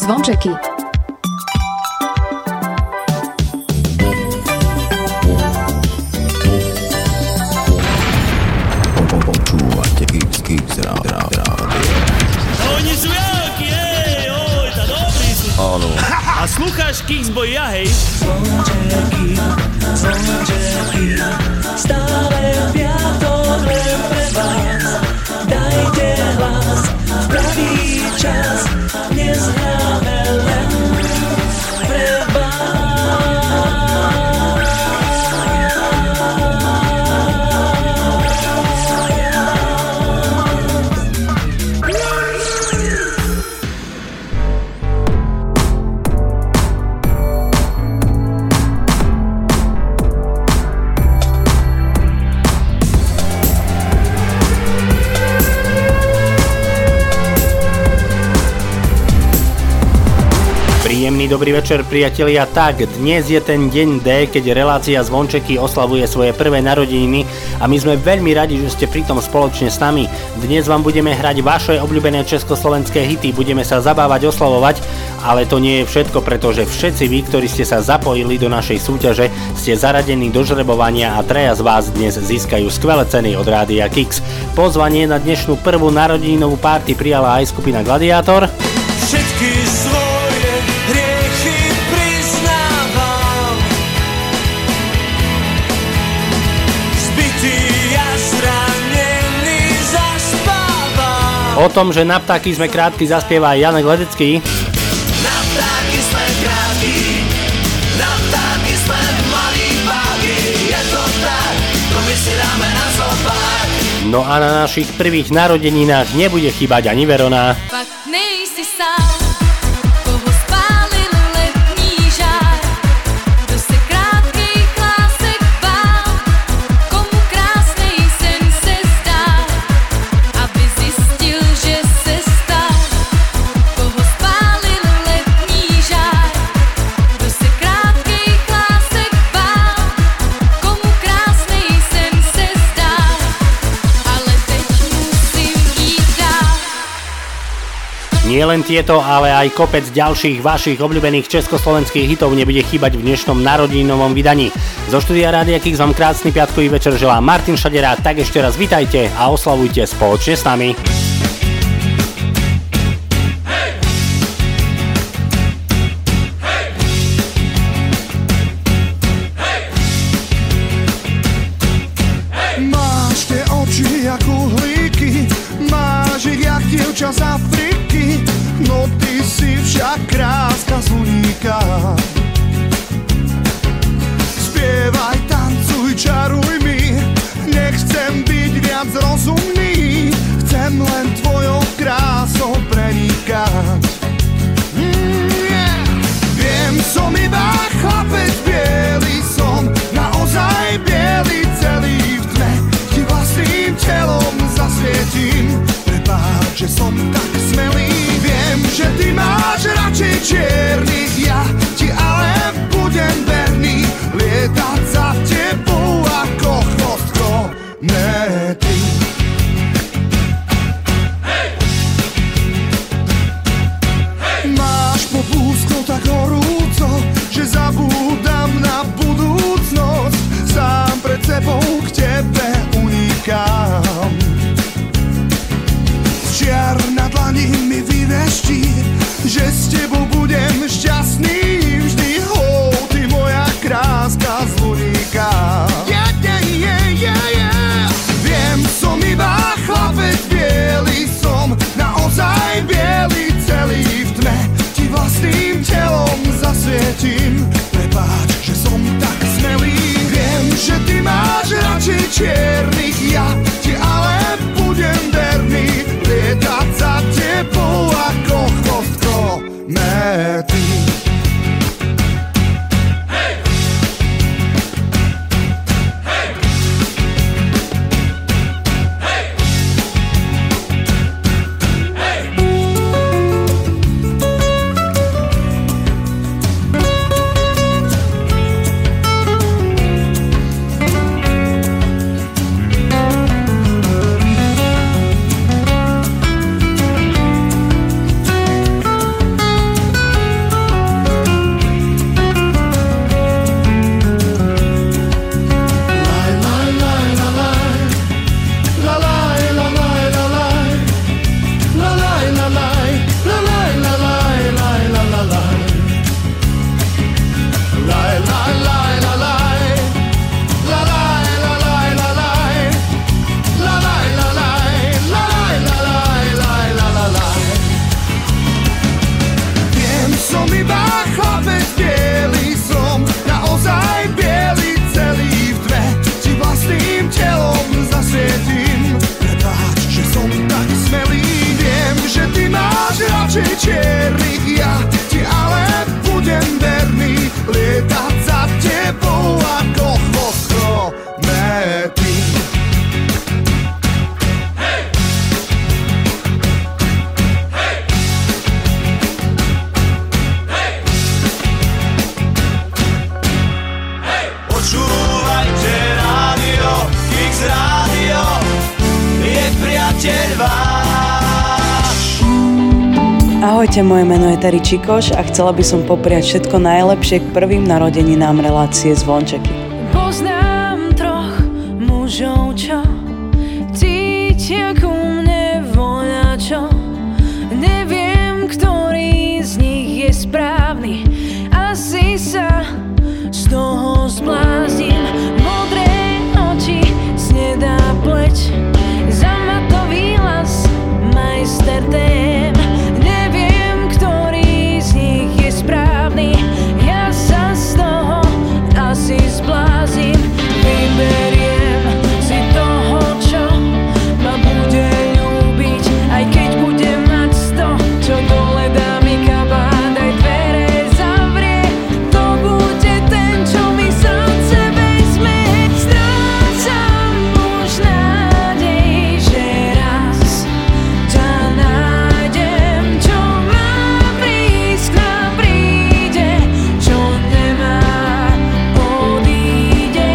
zvončeky. Oni sú veľkí, oj, tá dobrý sú. Áno. A slúcháš Kingsboy, ja hej? Zvončeky, stále piatok len pre vás. Dajte hlas v pravý čas, dnes hráme len pre vás. Príjemný dobrý večer, priatelia. Tak, dnes je ten deň D, keď relácia Zvončeky oslavuje svoje prvé narodeniny a my sme veľmi radi, že ste pritom spoločne s nami. Dnes vám budeme hrať vaše obľúbené československé hity, budeme sa zabávať, oslavovať, ale to nie je všetko, pretože všetci vy, ktorí ste sa zapojili do našej súťaže, ste zaradení do žrebovania a traja z vás dnes získajú skvelé ceny od Rádia Kix. Pozvanie na dnešnú prvú narodeninovú party prijala aj skupina Gladiátor. Všetky svoje hriechy priznávam, zbytý a zranený zaspávam. O tom, že na ptáky sme krátky, zaspieva aj Janek Ledecký. Na ptáky sme krátky, na ptáky sme malí páky. Je to tak, to my si dáme na zopár. No a na našich prvých narodeninách nebude chýbať ani Verona. Fakt nejsi sám, koho spálil letní žár, kdo se krátkých lásek bál, komu krásnej sen se zdá, aby zjistil, že se stal. Koho spálil letní žár, kdo se krátkých lásek bál, komu krásnej sen se zdál, ale teď musím jít dál. Nie len tieto, ale aj kopec ďalších vašich obľúbených československých hitov nebude chýbať v dnešnom narodeninovom vydaní. Zo štúdia Rádia Kix vám krásny piatkový večer želá Martin Šadera, tak ešte raz vitajte a oslavujte spoločne s nami. Máš tie oči jak uhlíky, máš ich jak dievča z Afriky, no ty si však kráska z uníka. Spievaj, tancuj, čaruj mi, nechcem byť viac rozumný, chcem len tvojou krásou prenikať. Viem, som iba chlapec biely, som naozaj biely, celý v tme, ti vlastným telom zasvietím. Prepáč, že som tak smelý, viem, že ty máš radšej čiernych, ja ti ale budem verný, lietať za tebou ako chvost kométy. Máš pod úzkou tak horúco, že zabúdam na budúcnosť, sám pred sebou k tebe unikám. Z čiar na dlani mi vyveští, že s tebou budem šťastný. Ahojte, moje meno je Terry Čikoš a chcela by som popriať všetko najlepšie k prvým narodeninám relácie Zvončeky. Poznám troch mužov, čo cítia ku mne voľačo. Neviem, ktorý z nich je správny. Asi sa z toho zbláznim. Modré oči, snedá pleť, zamatový hlas, majster tém. Neviem, ktorý z nich je správny. Ja sa z toho asi zbláznim. Vyberiem si toho, čo ma bude ľúbiť, aj keď budem mať 100, čo dole dá mi kabát, aj dvere zavrie. To bude ten, čo mi srdce vezme. Strácam už nádej, že raz ťa nájdem, čo má prísť, k nám príde, čo nemá, odíde.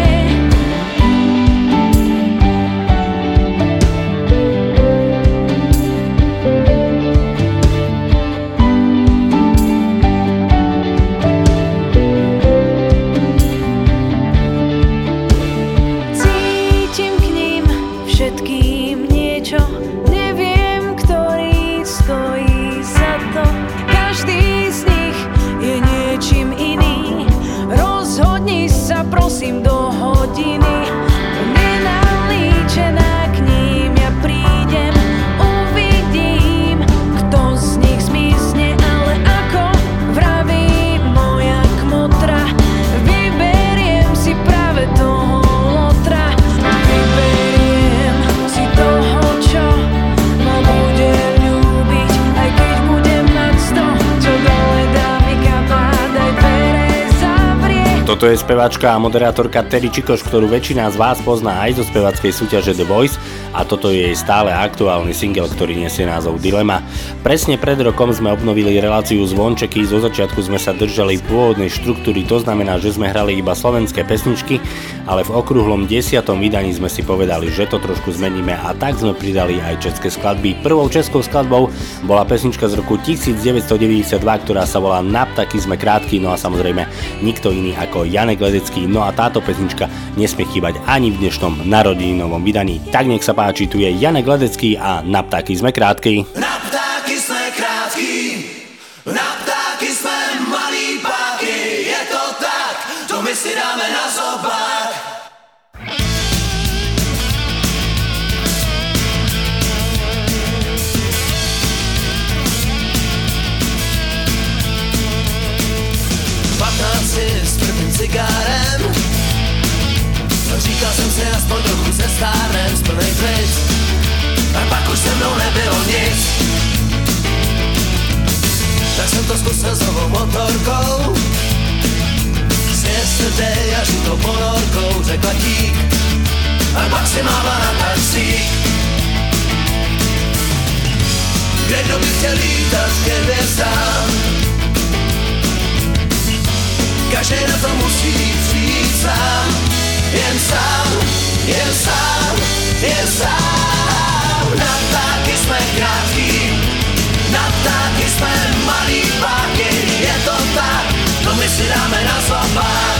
Cítim k ním všetkým niečo, neviem, ktorý stojí za to. Každý z nich je niečím iný. Rozhodni sa prosím do hodiny. Nenalíčená k ním ja prídem, uvidím, kto z nich zmizne, ale ako vraví moja kmotra, vyberiem si práve toho lotra. Vyberiem si toho, čo ma bude ľúbiť, aj keď budem mať 100, čo dole dá mi kabát, aj dvere zavrie. Toto je speváčka a moderátorka Terry Čikoš, ktorú väčšina z vás pozná aj zo spevackej súťaže The Voice, a toto je jej stále aktuálny single, ktorý nesie názov Dilema. Presne pred rokom sme obnovili reláciu Zvončeky, zo začiatku sme sa držali pôvodnej štruktúry, to znamená, že sme hrali iba slovenské pesničky, ale v okrúhlom 10. vydaní sme si povedali, že to trošku zmeníme, a tak sme pridali aj české skladby. Prvou českou skladbou bola pesnička z roku 1992, ktorá sa volá Na ptaky sme krátky, no a samozrejme nikto iný ako Janek Ledecký, no a táto pesnička nesmie chýbať ani v dnešnom narodeninovom vydaní. Tak nech sa páči, tu je Janek Ledecký a Na ptáky sme krátky. Na ptáky jsme krátký, na ptáky jsme malý páky, je to tak, to my si dáme na zobák. S prvním cigárem říkal jsem si, aspoň trochu se stárnem, splnej klic, a pak už se mnou nebylo nic. Tak jsem to zkusil s novou motorkou, s yesterday a žlutou ponorkou, řekla dík, a pak si máva na taxík. Kde kdo by chtěl lítat k hvězdám, každý na to musí přijít sám, jen sám, jen sám, jen sám. Na ptáky jsme krátký, na ptáky jsme malý páky, je to tak, to my si dáme na zobák.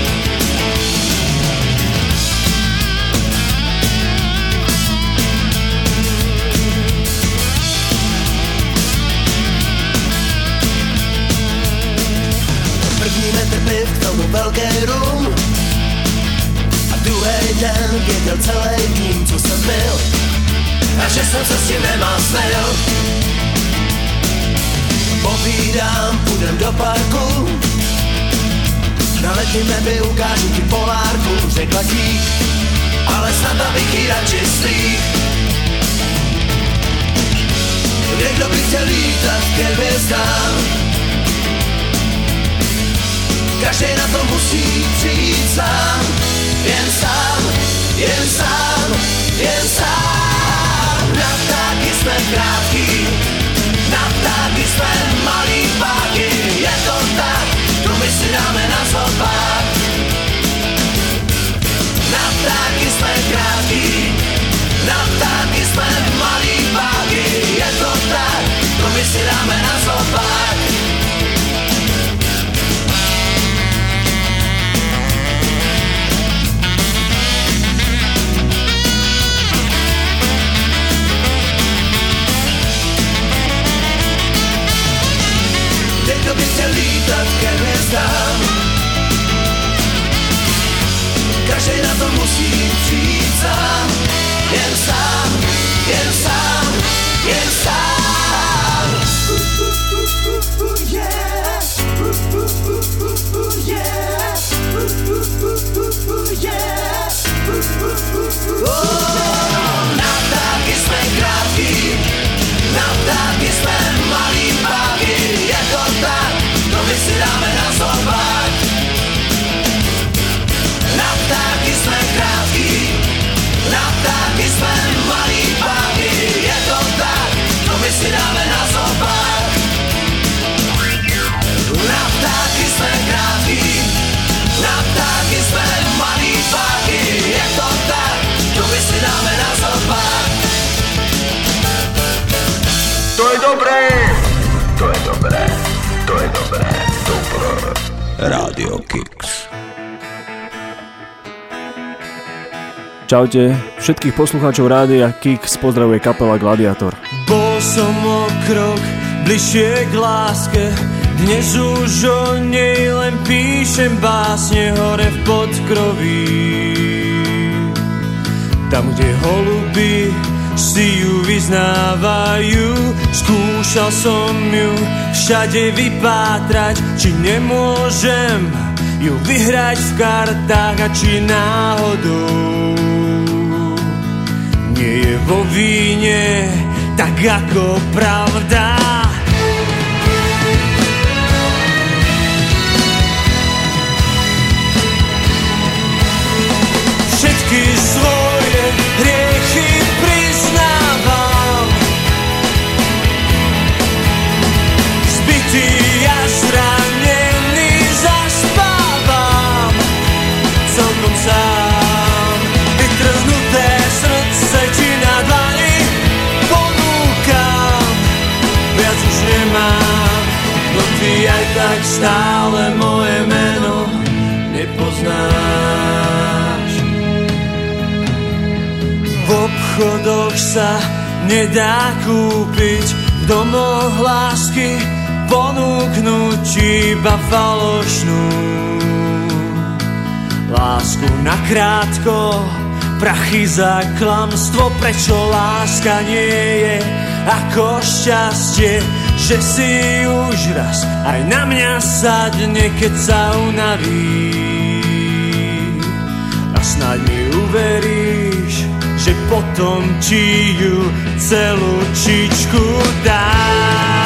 První metr piv, k tomu velký rum, a druhý den věděl celý tým, co jsem byl, a že jsem se s tím nemásnil. Povídám, půjdem do parku, na letním nebi ukážu ti polárku, řekla dík, ale snad abych jí radši slík. Kde kdo by chtěl lítat ke hvězdám, každý na to musí přijít sám, jen sám, jen sám, jen sám. Na ptáky jsme krátký, na ptáky jsme malý páky, je to tak, to my si dáme na zobák. Na ptáky jsme krátký, na ptáky jsme malý páky, je to tak, to my si dáme na zobák. sám. Každý na to musí přijít sám. Jen sám, jen sám, jen sám. Na ptáky jsme krátký, na ptáky jsme malý páky. Je to tak, to my si dáme na zobák. Na ptáky jsme krátký, na ptáky jsme malý páky. Je to tak, to my si dáme na zobák. Na ptáky jsme krátký, na ptáky jsme malý páky. Je to tak, to my si dáme na zobák. To je dobré, to je dobré, to je dobré, dobré. Radio Kicks. Čaute, všetkých poslucháčov Rádia Kicks pozdravuje kapela Gladiator. Bol som o krok bližšie k láske, dnes už o nej len píšem básne hore v podkroví. Tam, kde holuby si ju vyznávajú, skúšal som ju všade vypátrať, či nemôžem ju vyhrať v kartách a či náhodou nie je vo víne tak ako pravda. Všetky svoje hriechy priznávam, zbytý a zranený zaspávam celkom sám. Vytrhnuté srdce ti na dlani ponúkam, viac už nemám, no ty aj tak stále moje meno nepoznáš. V obchodoch sa nedá kúpiť, v domoch lásky ponúknuť iba falošnú. Lásku nakrátko, prachy za klamstvo, prečo láska nie je ako šťastie, že si už raz aj na mňa sadne, keď sa unaví. A snáď mi uveríš, že potom ti ju celú čičku dám.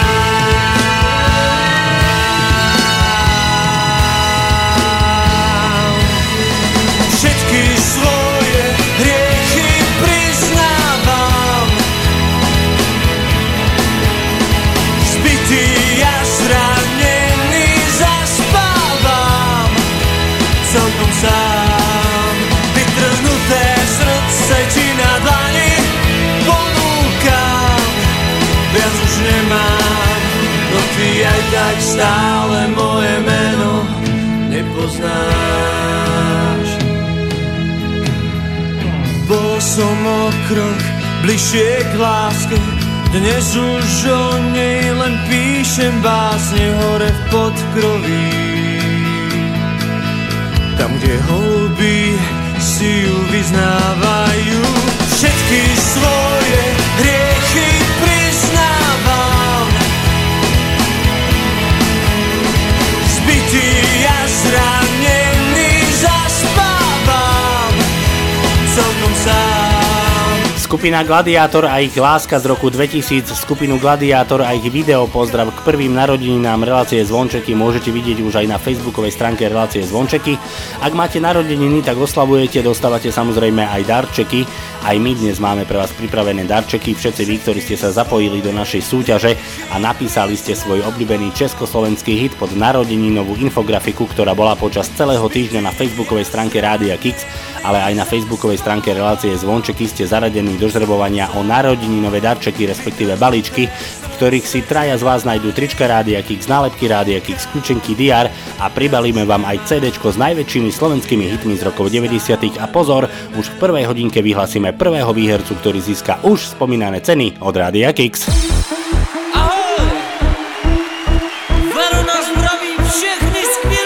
Všetky svoje hriechy priznávam, zbytý a zranený zaspávam celkom sám. Vytrhnuté srdce ti na dlani ponúkam, viac už nemám, no ty aj tak stále moje meno nepoznáš. Bol som o krok bližšie k láske, dnes už o nej len píšem básne hore v podkroví. Tam, kde holuby si ju vyznávajú, všetky svoje hriechy priznávam, zbytý a zranený zaspávam celkom sám. Skupina Gladiator a ich Láska z roku 2000, skupinu Gladiator a ich video pozdrav k prvým narodeninám relácie Zvončeky môžete vidieť už aj na facebookovej stránke relácie Zvončeky. Ak máte narodeniny, tak oslavujete, dostávate samozrejme aj darčeky. Aj my dnes máme pre vás pripravené darčeky. Všetci vy, ktorí ste sa zapojili do našej súťaže a napísali ste svoj obľúbený československý hit pod narodeninovú infografiku, ktorá bola počas celého týždňa na facebookovej stránke Rádia Kicks, ale aj na facebookovej stránke relácie Zvončeky, ste zaradení do žrebovania o narodeninové darčeky, respektíve balíčky, v ktorých si traja z vás nájdú trička Rádia Kicks, nálepky Rádia Kicks, kľúčenky DR a pribalíme vám aj CDčko s najväčšími slovenskými hitmi z rokov 90. A pozor, už v prvej hodinke vyhlasíme prvého výhercu, ktorý získa už spomínané ceny od Rádia Kicks. Ahoj! Vero nás zdraví všechny skvělé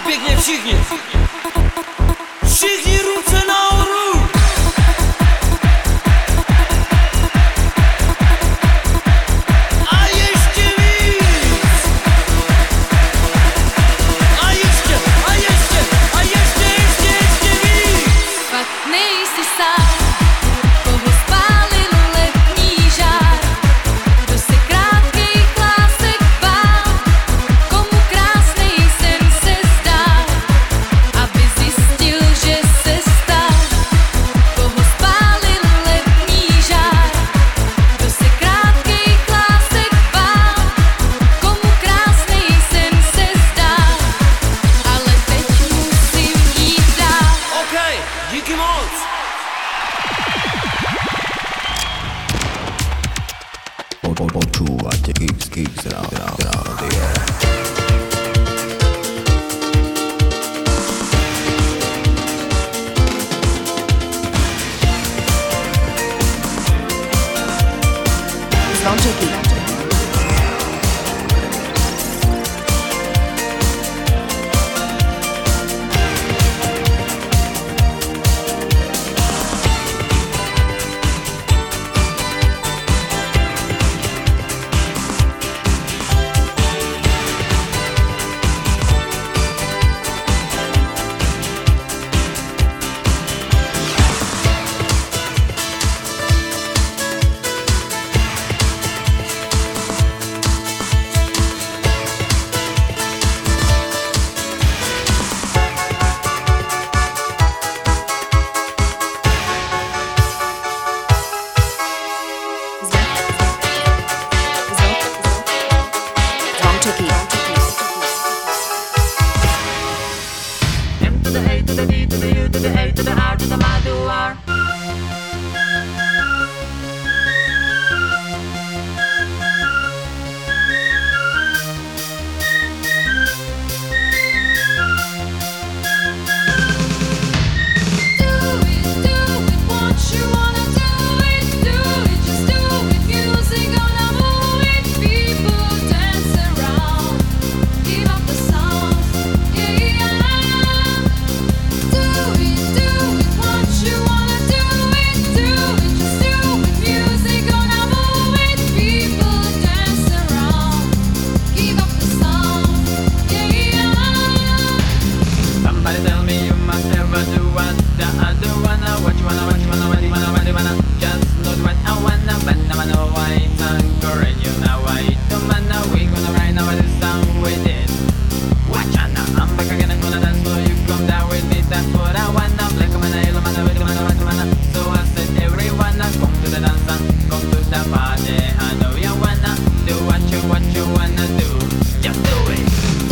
pěkně všichni. Všichni ruce nahoru. A ještě víc. A ještě víc. Fakt nejsi sám, koho spálil letní žár. Kdo se krátkých lásek bál, komu krásnej sen se zdál, aby zjistil, že se stal. Koho spálil letní žár. Kdo se krátkých lásek bál, komu krásnej sen se zdál, ale teď musím jít dál. OK, díky moc. Počúvate Kix rádio. Zvončeky. M to the A to the D to the U to the A to the R to the Ma do R. Somebody tell me you must never do what the other wanna. What you wanna, what you wanna, what you wanna, what you wanna. Just know what I wanna, but now I know why it's encourage you now. I don't wanna, we gonna write now this song with it. Watch out now, I'm back again, I'm gonna dance, so you come down with me. That's what I wanna. Black man, yellow man, red man, white man. So I said everyone, come to the dance, come to the party. I know you wanna do what you wanna do. Just do it.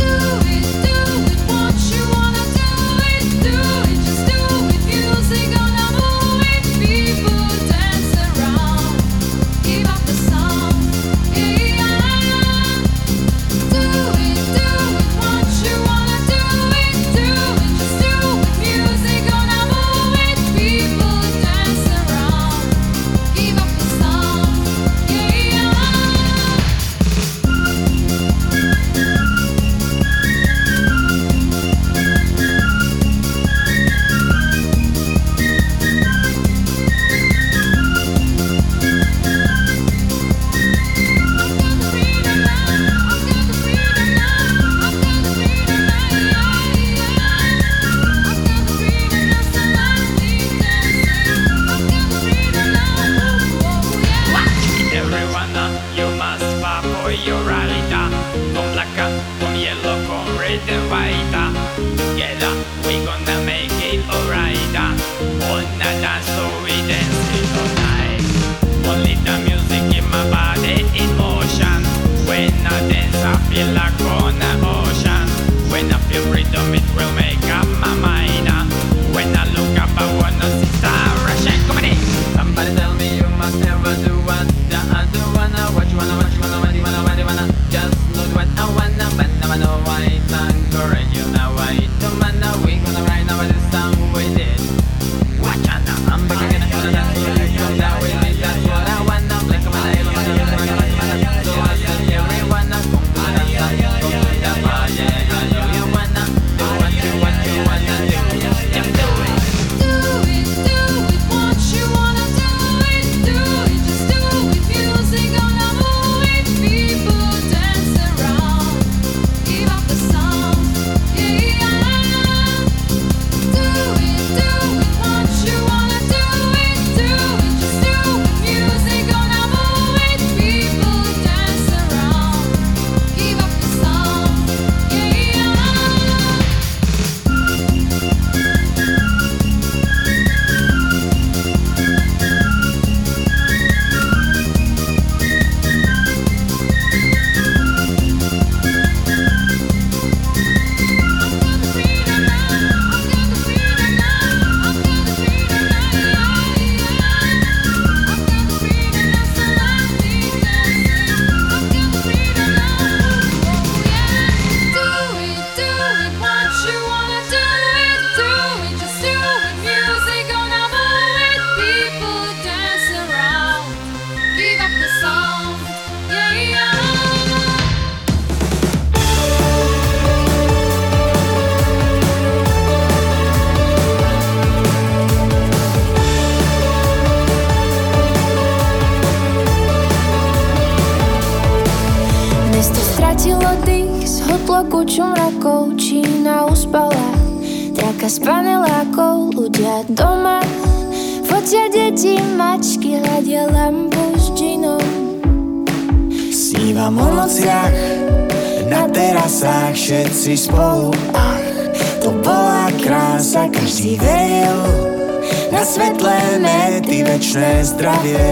You must fight for your right. Come black, come yellow, come red and white. Together we gonna make it alright. On the dance so we dance it all night. Only the music in my body in motion. When I dance I feel like on the ocean. When I feel rhythm it will make up my mind. When I look up I wanna see stars shine. Come on in. Somebody tell me you must never do what the other wanna. What you wanna, what you wanna, what you wanna, what you wanna. stratilo dých, zhodlo kuču mrakov, Čína uspala, traka z panelákov, ľudia doma fotia deti, mačky, hľadia lampu s džinom. Snívam o nociach, na terasách, všetci spolu. Ach, to bola krása, každý veril na svetlé mety, večné zdravie.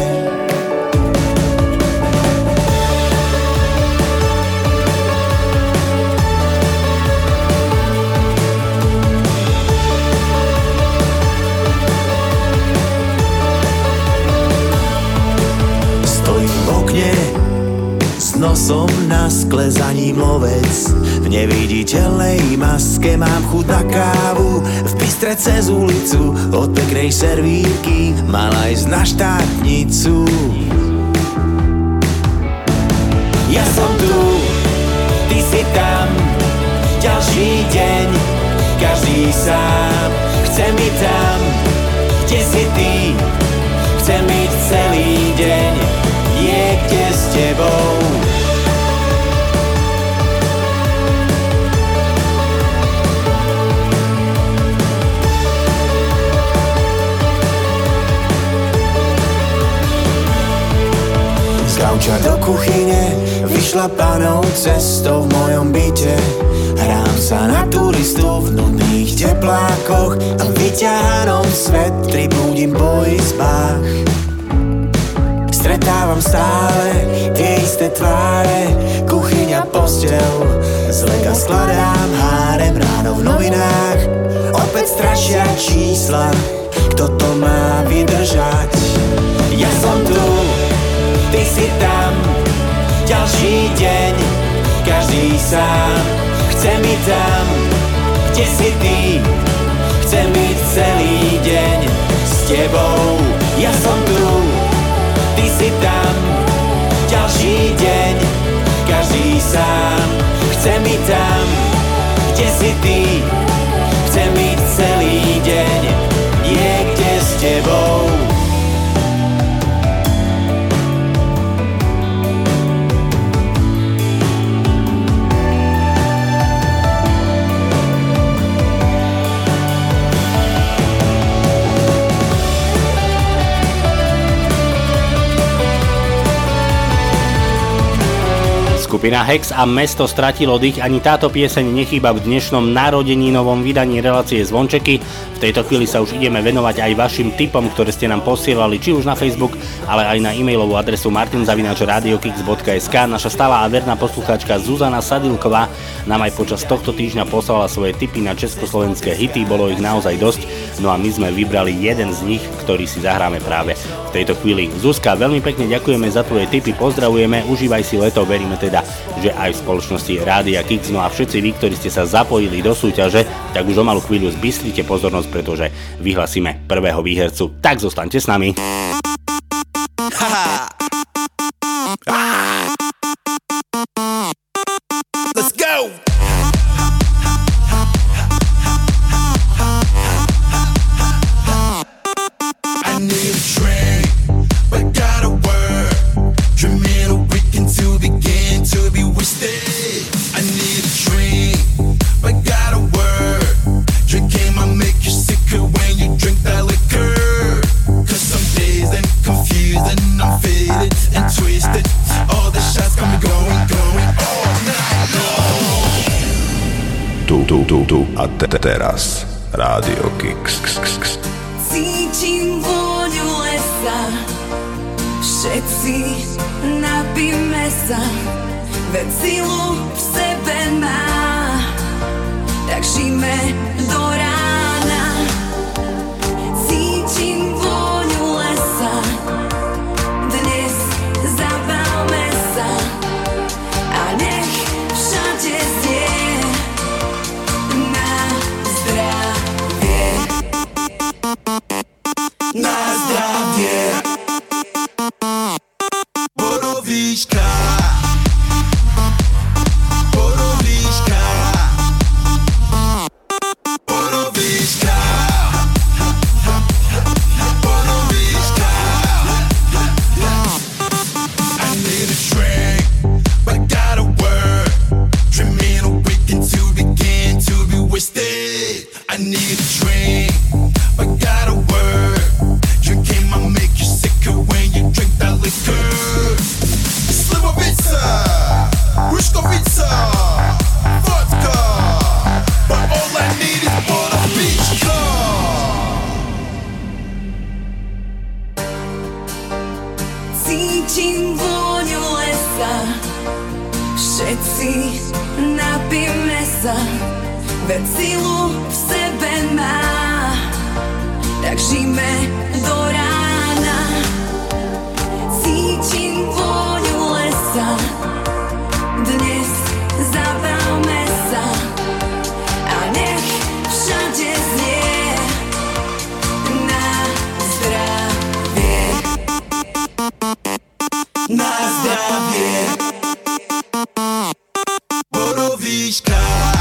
Nosom na skle, za ním lovec. V neviditeľnej maske mám chuť na kávu. V bystre cez ulicu od peknej servírky mala ísť na štátnicu. Ja som tu, ty si tam, ďalší deň, každý sám. Chcem byť tam, kde si ty, chcem byť celý deň niekde s tebou. Z gauča do kuchyne vyšla panou cestou v mojom byte. Hrám sa na turistu v nudných teplákoch a v vyťahanom svetri blúdim po izbách. Stretávam stále tie isté tváre, kuchyňa, posteľ, z lega skladám hárem. Ráno v novinách opäť strašia čísla, kto to má vydržať. Ja som tu, ty si tam, ďalší deň, každý sám. Chcem byť tam, kde si ty, chcem byť celý deň s tebou. Ja som tu, ty si tam, ďalší deň, každý sám. Chcem byť tam, kde si ty, chcem byť celý deň niekde s tebou. Skupina Hex a Mesto stratilo dých, ani táto pieseň nechýba v dnešnom narodeninovom vydaní relácie Zvončeky. V tejto chvíli sa už ideme venovať aj vašim tipom, ktoré ste nám posielali či už na Facebook, ale aj na e-mailovú adresu martin@radiokix.sk. Naša stála a verná poslucháčka Zuzana Sadilková nám aj počas tohto týždňa poslala svoje tipy na československé hity, bolo ich naozaj dosť, no a my sme vybrali jeden z nich, ktorý si zahráme práve v tejto chvíli. Zuzka, veľmi pekne ďakujeme za tvoje tipy, pozdravujeme, užívaj si leto, veríme teda, že aj v spoločnosti Rádia Kix. No a všetci vy, ktorí ste sa zapojili do súťaže, tak už o malú chvíľu zbystrite pozornosť, pretože vyhlasíme prvého výhercu. Tak zostaňte s nami. Let's go! I need a drink, but gotta work. Dreaming a weekend to begin to be wasted. I need a drink, but gotta work. Drinking might make you sicker when you drink that liquor. Cause some days I'm confused and I'm faded and twisted. All the shots got me going all night long. Tu a teraz Rádio Kix. Cítim vôňu lesa, všetci napíme sa, veď silu v sebe má, tak žijme do rána. Cítim vôňu lesa, dnes zabavme sa a nech všade znie na zdravie. Na zdravie. Borovíčka. Borovíčka. Všetci napijme sa, veď silu v sebe má. Tak žijme do rána, cítim vôňu lesa. Dnes zabavme sa a nech všade znie na zdravie. Na zdravie. Borovíčka.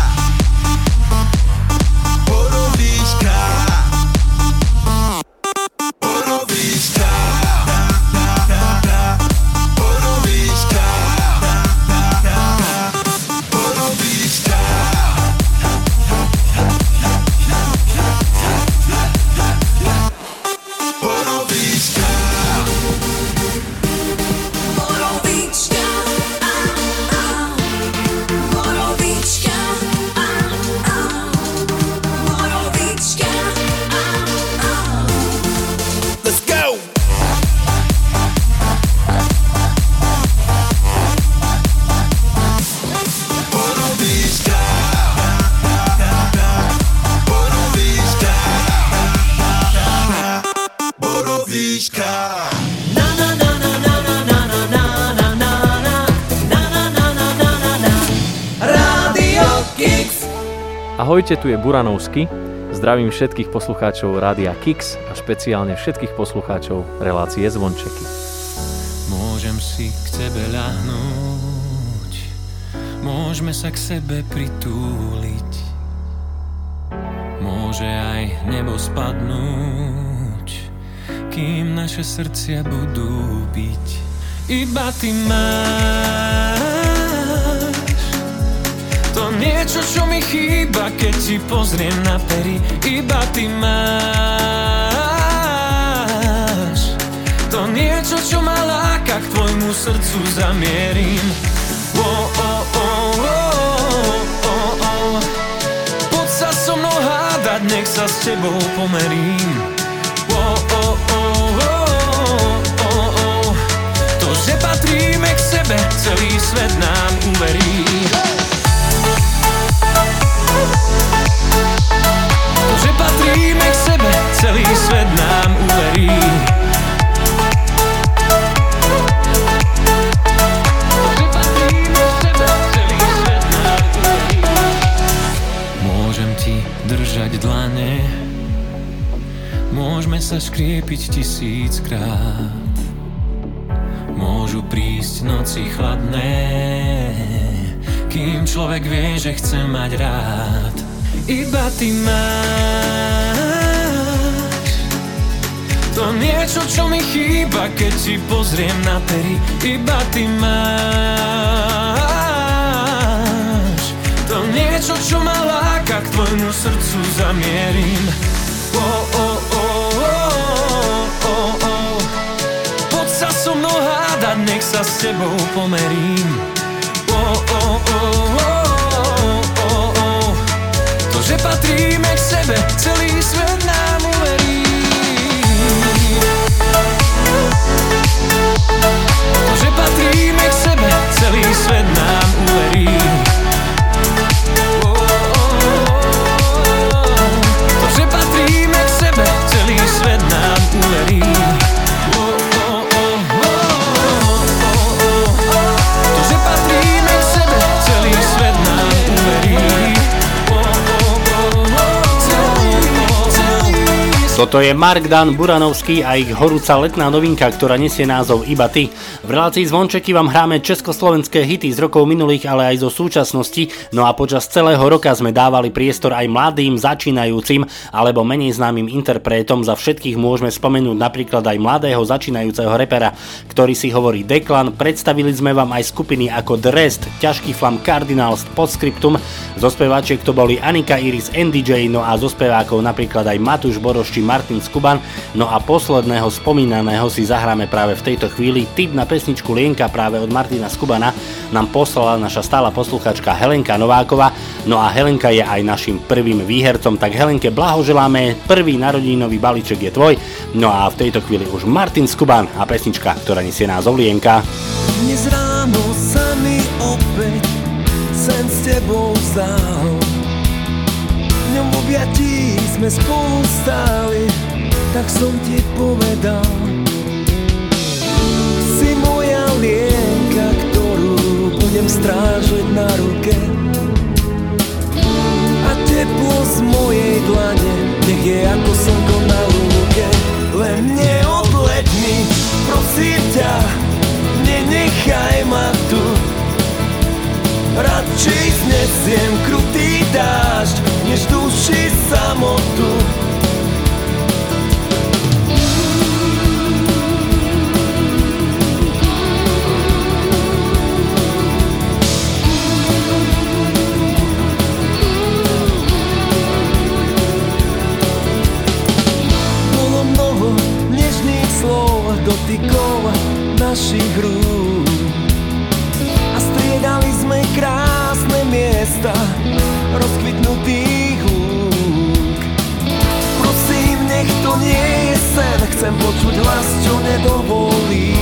Borovíčka. Borovíčka. Borovíčka. Borovíčka. Borovíčka. Borovíčka, borovíčka, borovíčka. Let's go. Borovíčka. Borovíčka. Borovíčka. Ahojte, tu je Buranovský. Zdravím všetkých poslucháčov Rádia Kix a špeciálne všetkých poslucháčov relácie Zvončeky. Môžem si k tebe ľahnúť, môžeme sa k sebe pritúliť, môže aj nebo spadnúť, kým naše srdcia budú biť. Iba ty máš to niečo, čo mi chýba, keď ti pozriem na pery. Iba ty máš to niečo, čo ma láka, k tvojmu srdcu zamierim. Poď sa so mnou hádať, nech sa s tebou pomerím. To, že patríme k sebe, celý svet nám uverí. To, že patríme k sebe, celý svet nám uverí. To, že patríme k sebe, celý svet nám uverí. Môžem ti držať dlane, môžeme sa škriepiť 1000-krát. Môžu prísť noci chladné, kým človek vie, že chce mať rád. Iba ty máš to niečo, čo mi chýba, keď ti pozriem na pery. Iba ty máš to niečo, čo ma láka, k tvojmu srdcu zamierim. Poď sa so mnou hádať, nech sa s tebou pomerím. To, že patríme k sebe, celý svet nám uverí. To, že patríme k sebe, celý svet nám uverí. To, že patríme k sebe, celý svet nám uverí. To, že patríme k sebe, celý svet nám uverí. Toto je Mark Dan, Buranovský a ich horúca letná novinka, ktorá nesie názov Iba ty. V relácii Zvončeky vám hráme československé hity z rokov minulých, ale aj zo súčasnosti, no a počas celého roka sme dávali priestor aj mladým, začínajúcim alebo menej známym interpretom. Za všetkých môžeme spomenúť napríklad aj mladého začínajúceho repera, ktorý si hovorí Deklan. Predstavili sme vám aj skupiny ako The Rest, Ťažký flam, Cardinals, Postscriptum. Zo speváčiek to boli Anika Iris, NDJ, no a zo spevákov napríklad aj Matúš Boroš či Martin Skuban. No a posledného spomínaného si zahráme práve v tejto chvíli. Tip na pesničku Lienka práve od Martina Skubana nám poslala naša stála posluchačka Helenka Nováková. No a Helenka je aj našim prvým výhercom, tak Helenke blahoželáme, prvý narodeninový balíček je tvoj. No a v tejto chvíli už Martin Skuban a pesnička, ktorá nesie názov Lienka. Dnes ráno sa mi tebou vzal. V ňom v objatí sme spolu stáli, tak som ti povedal. Si moja lienka, ktorú budem strážiť na ruke. A teplo z mojej dlane nech je ako slnko na lúke. Len neodleď mi, prosím ťa, nenechaj ma tu. Radšej znesiem krutý dážď, než duši samotu. Bolo mnoho nežných slov, dotykov našich rúk. A striedali sme krásne miesta rozkvitnutých lúk. Prosím, nech to nie je sen, chcem počuť hlas, čo nedovolí.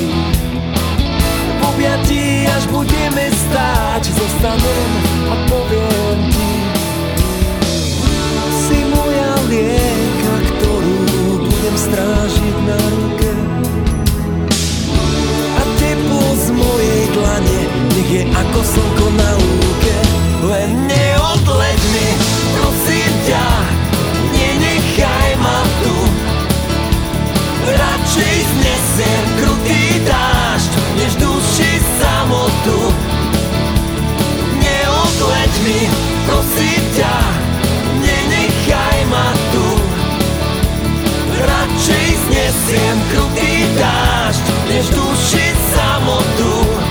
V objatí, až budeme stáť, zostanem a poviem ti. Si moja lienka, ktorú budem strážiť na ruke. Teplo z mojej dlane nech je ako slnko na lúke. Len neodleď mi, prosím ťa, nenechaj ma tu. Radšej znesiem krutý dážď, než duši samotu. Neodleď mi, prosím ťa, nenechaj ma tu. Radšej znesiem krutý dážď, než duši samotu.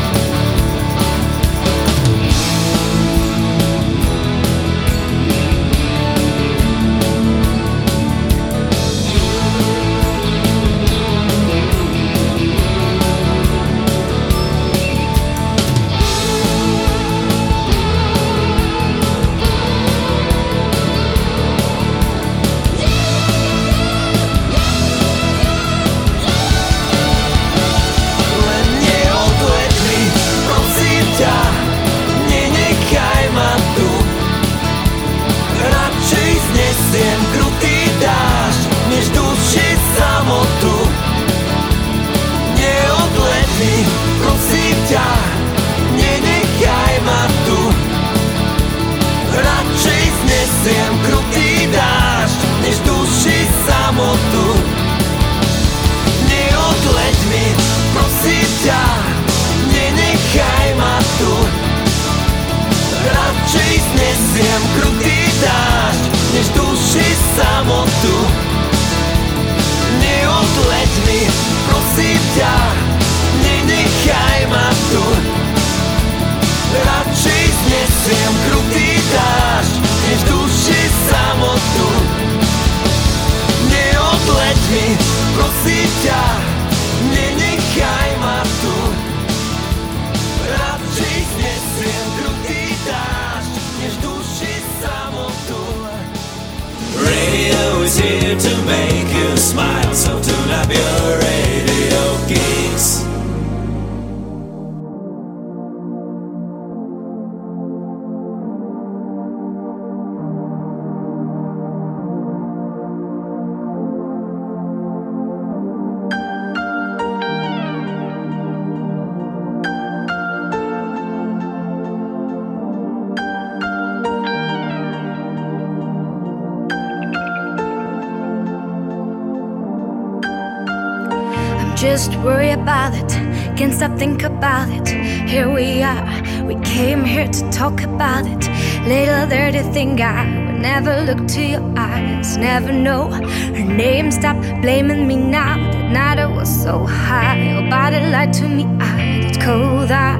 Just worry about it, can't stop think about it. Here we are, we came here to talk about it. Little dirty thing, I would never look to your eyes, never know her name. Stop blaming me now, that night I was so high. Your body lied to me, I did cold, I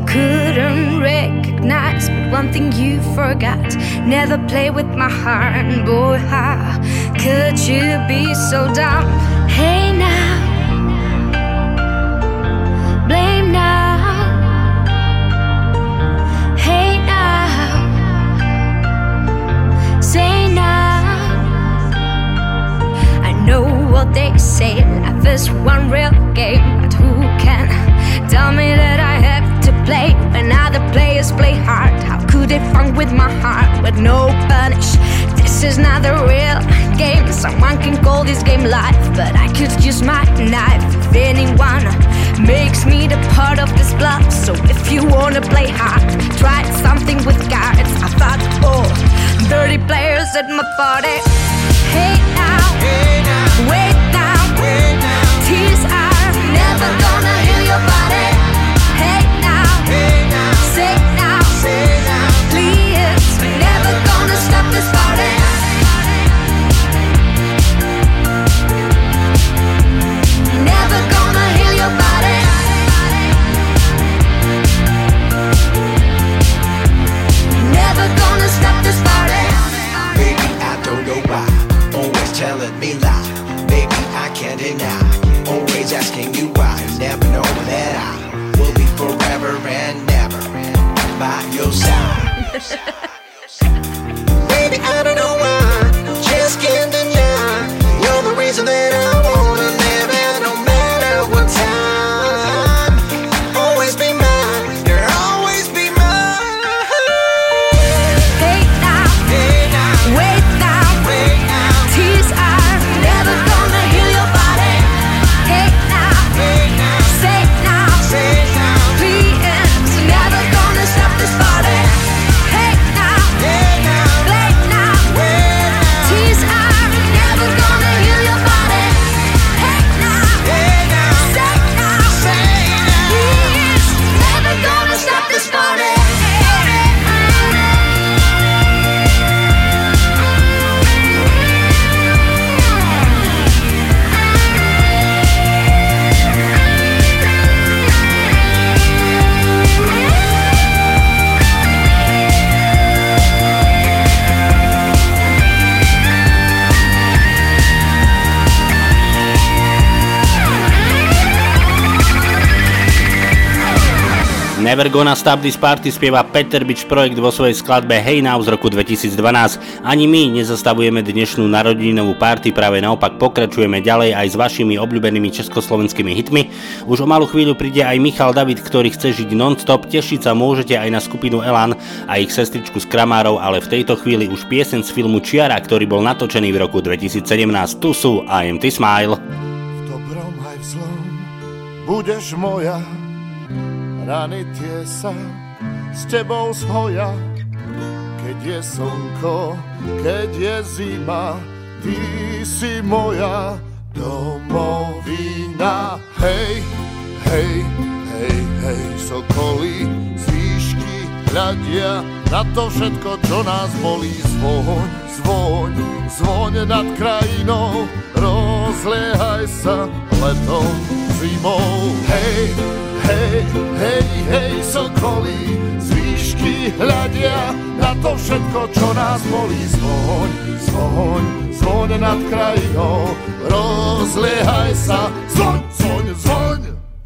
couldn't recognize. But one thing you forgot, never play with my heart. Boy, how could you be so dumb? Hey now, blame now. Hey now, say now. I know what they say, life is one real game, but who can tell me that I have to play when other players play hard? How could they fun with my heart with no punish. This is not the real game. Someone can call this game life, but I could use my knife if anyone makes me the part of this bluff. So if you wanna play hard, try something with cards. I thought, oh, dirty players at my party. Hey now, wait now, tears are never gonna heal your body. Hey now, say now, please, we're never gonna stop this party. Never gonna heal your body. Never gonna stop this party. Baby, I don't know why, always telling me lie. Baby, I can't deny, always asking you why. Never know that I will be forever and never by your side. Baby, I don't know why, just can't deny. You're the reason that I wanna live, and no matter what time, always be mine, girl, always be mine. Hey now, wait now, tears are never gonna heal your body. Hey now, say now, please, never gonna stop this party. Hey now, wait now, tears are never gonna heal your body. Hey now, say now, please, never gonna stop this party. Never Gonna Stop This Party spieva Peter Bič Projekt vo svojej skladbe Hey Now z roku 2012. Ani my nezastavujeme dnešnú narodinovú party, práve naopak pokračujeme ďalej aj s vašimi obľúbenými československými hitmi. Už o malú chvíľu príde aj Michal David, ktorý chce žiť non-stop. Tešiť sa môžete aj na skupinu Elan a ich sestričku z Kramárov, ale v tejto chvíli už pieseň z filmu Čiara, ktorý bol natočený v roku 2017. Tu sú I Am Ty Smile. V dobrom aj v zlom budeš moja, rany tie sa s tebou zhoja. Keď je slnko, keď je zima, ty si moja domovina. Hej, hej, hej, hej, sokoly z výšky hľadia na to všetko, čo nás bolí. Zvoň, zvoň, zvoň nad krajinou, rozliehaj sa letom, zimou. Hej, hej, hej, hej, sokoly z výšky hľadia na to všetko, čo nás bolí. Zvoň, zvoň, zvoň nad krajinou, rozliehaj sa, zvoň, zvoň, zvoň.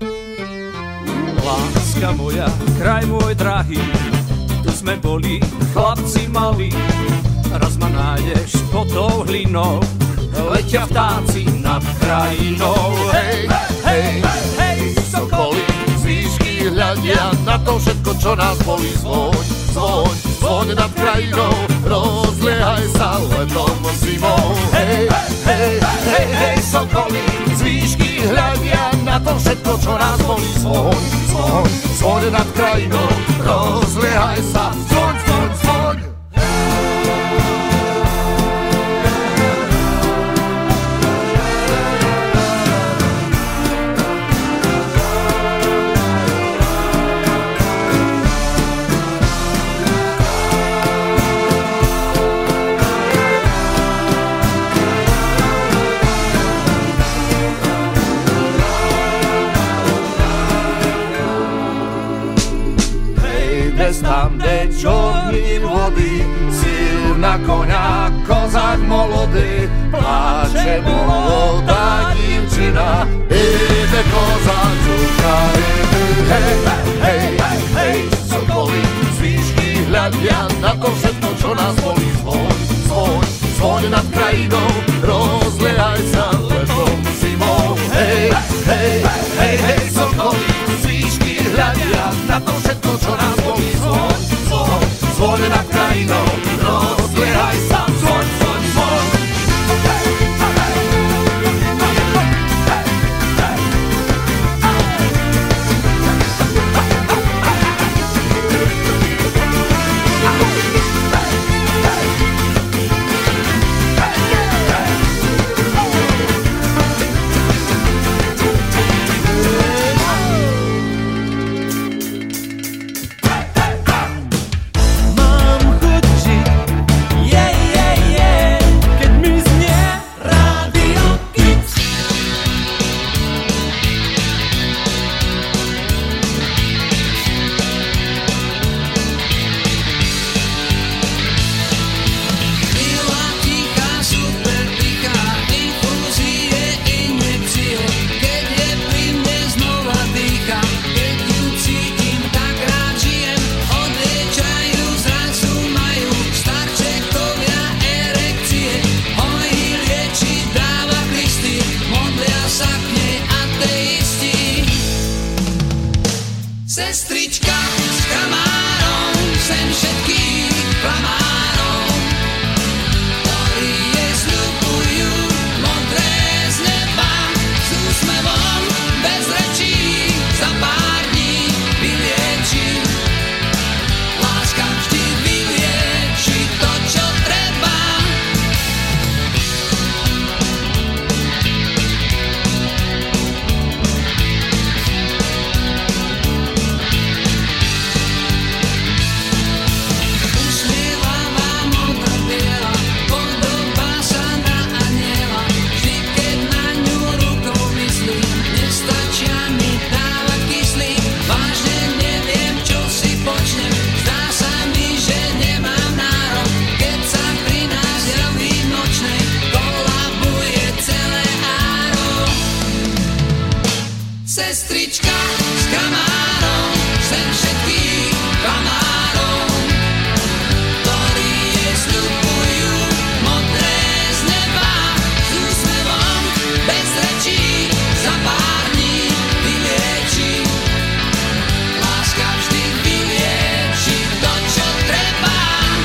Láska moja, kraj môj drahý, tu sme boli chlapci malí. Raz ma nájdeš pod tou hlinou, letia vtáci nad krajinou. Hej, hej, hej, sokoly z výšky hľadia na to všetko, čo nás bolí. Zvoň, zvoň, zvoň nad krajinou, rozliehaj sa letom, zimou. Hej, hej, hej, hej, sokoly z výšky hľadia na to všetko, čo nás bolí. Zvoň, zvoň, zvoň nad krajinou, rozliehaj sa, zvoň, zvoň, zvoň. Tam, kde čorní vody, síl na koňa, kozák molody, pláče molodá dívčina, ide kozák čukaj. Hej, hej, hej, sokoly z výšky hľadia na to všetko, čo nás bolí. Zvoň, zvoň, zvoň nad krajinou, rozliehaj sa letom, zimou. Hej, hej, hej, hej, sokoly z výšky hľadia na to všetko, čo nás bolí. Zvoň, zvoň, zvoň s kamárom, sem všetkých klamárov, ktorí jej sľubujú modré z neba, s úsmevom bez rečí, za pár dní vylieči. Láska vždy vylieči to, čo treba. Usmielavá modro-biela, podobá sa na aniela. Vždy, keď na ňu rukou myslím, nestačia mi dávať kyslík. Vážne neviem, čo si počnem, zdá sa mi, že nemám nárok. Keď sa pri nás javí nočnej, kolabuje celé áro. Sestrička s kamárom, sem všetkých klamárov, ktorí jej sľubujú modré z neba, s úsmevom bez rečí, za pár dní vylieči. Láska vždy vylieči to, čo treba.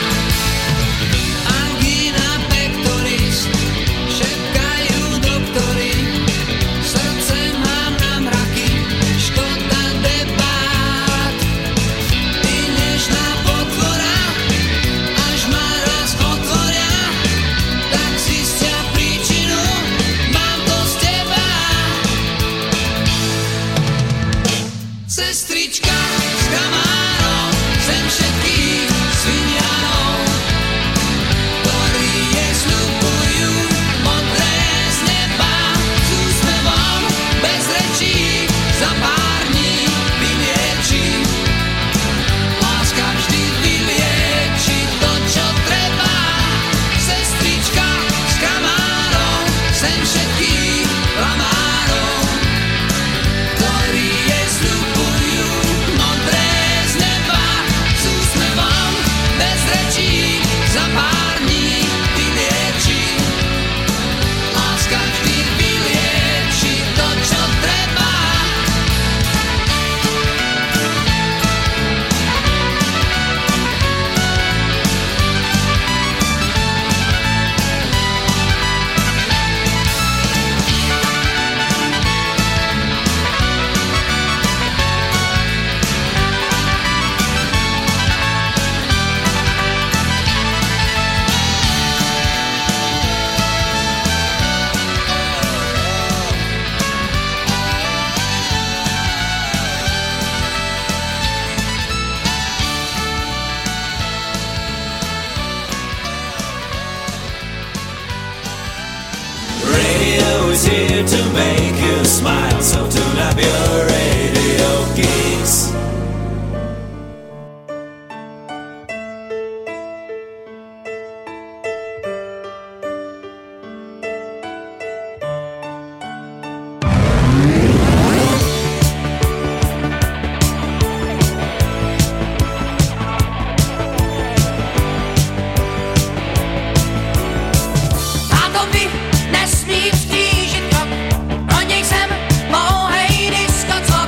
Angína pectoris, šepkajú doktori, srdce mám na mraky, škoda debát. Ty nežná potvora, až ma raz otvoria, tak zistia príčinu, mám to z teba. Sestrička s kamárom, sem všetkých svinianov, ktorí jej sľubujú modré z neba, s úsmevom bez rečí, za pár dní vylieči. Láska vždy vylieči to, čo treba. Sestrička s kamárom, sem všetkých klamárov, ktorí jej sľubujú modré z neba, s úsmevom bez rečí, za pár dní vylieči. Láska vždy vylieči to, čo treba. Radio is here to make you smile, so tune up your radio geeks. Táto mi nesmí vztížit krok, pro něj jsem mohej diskocok.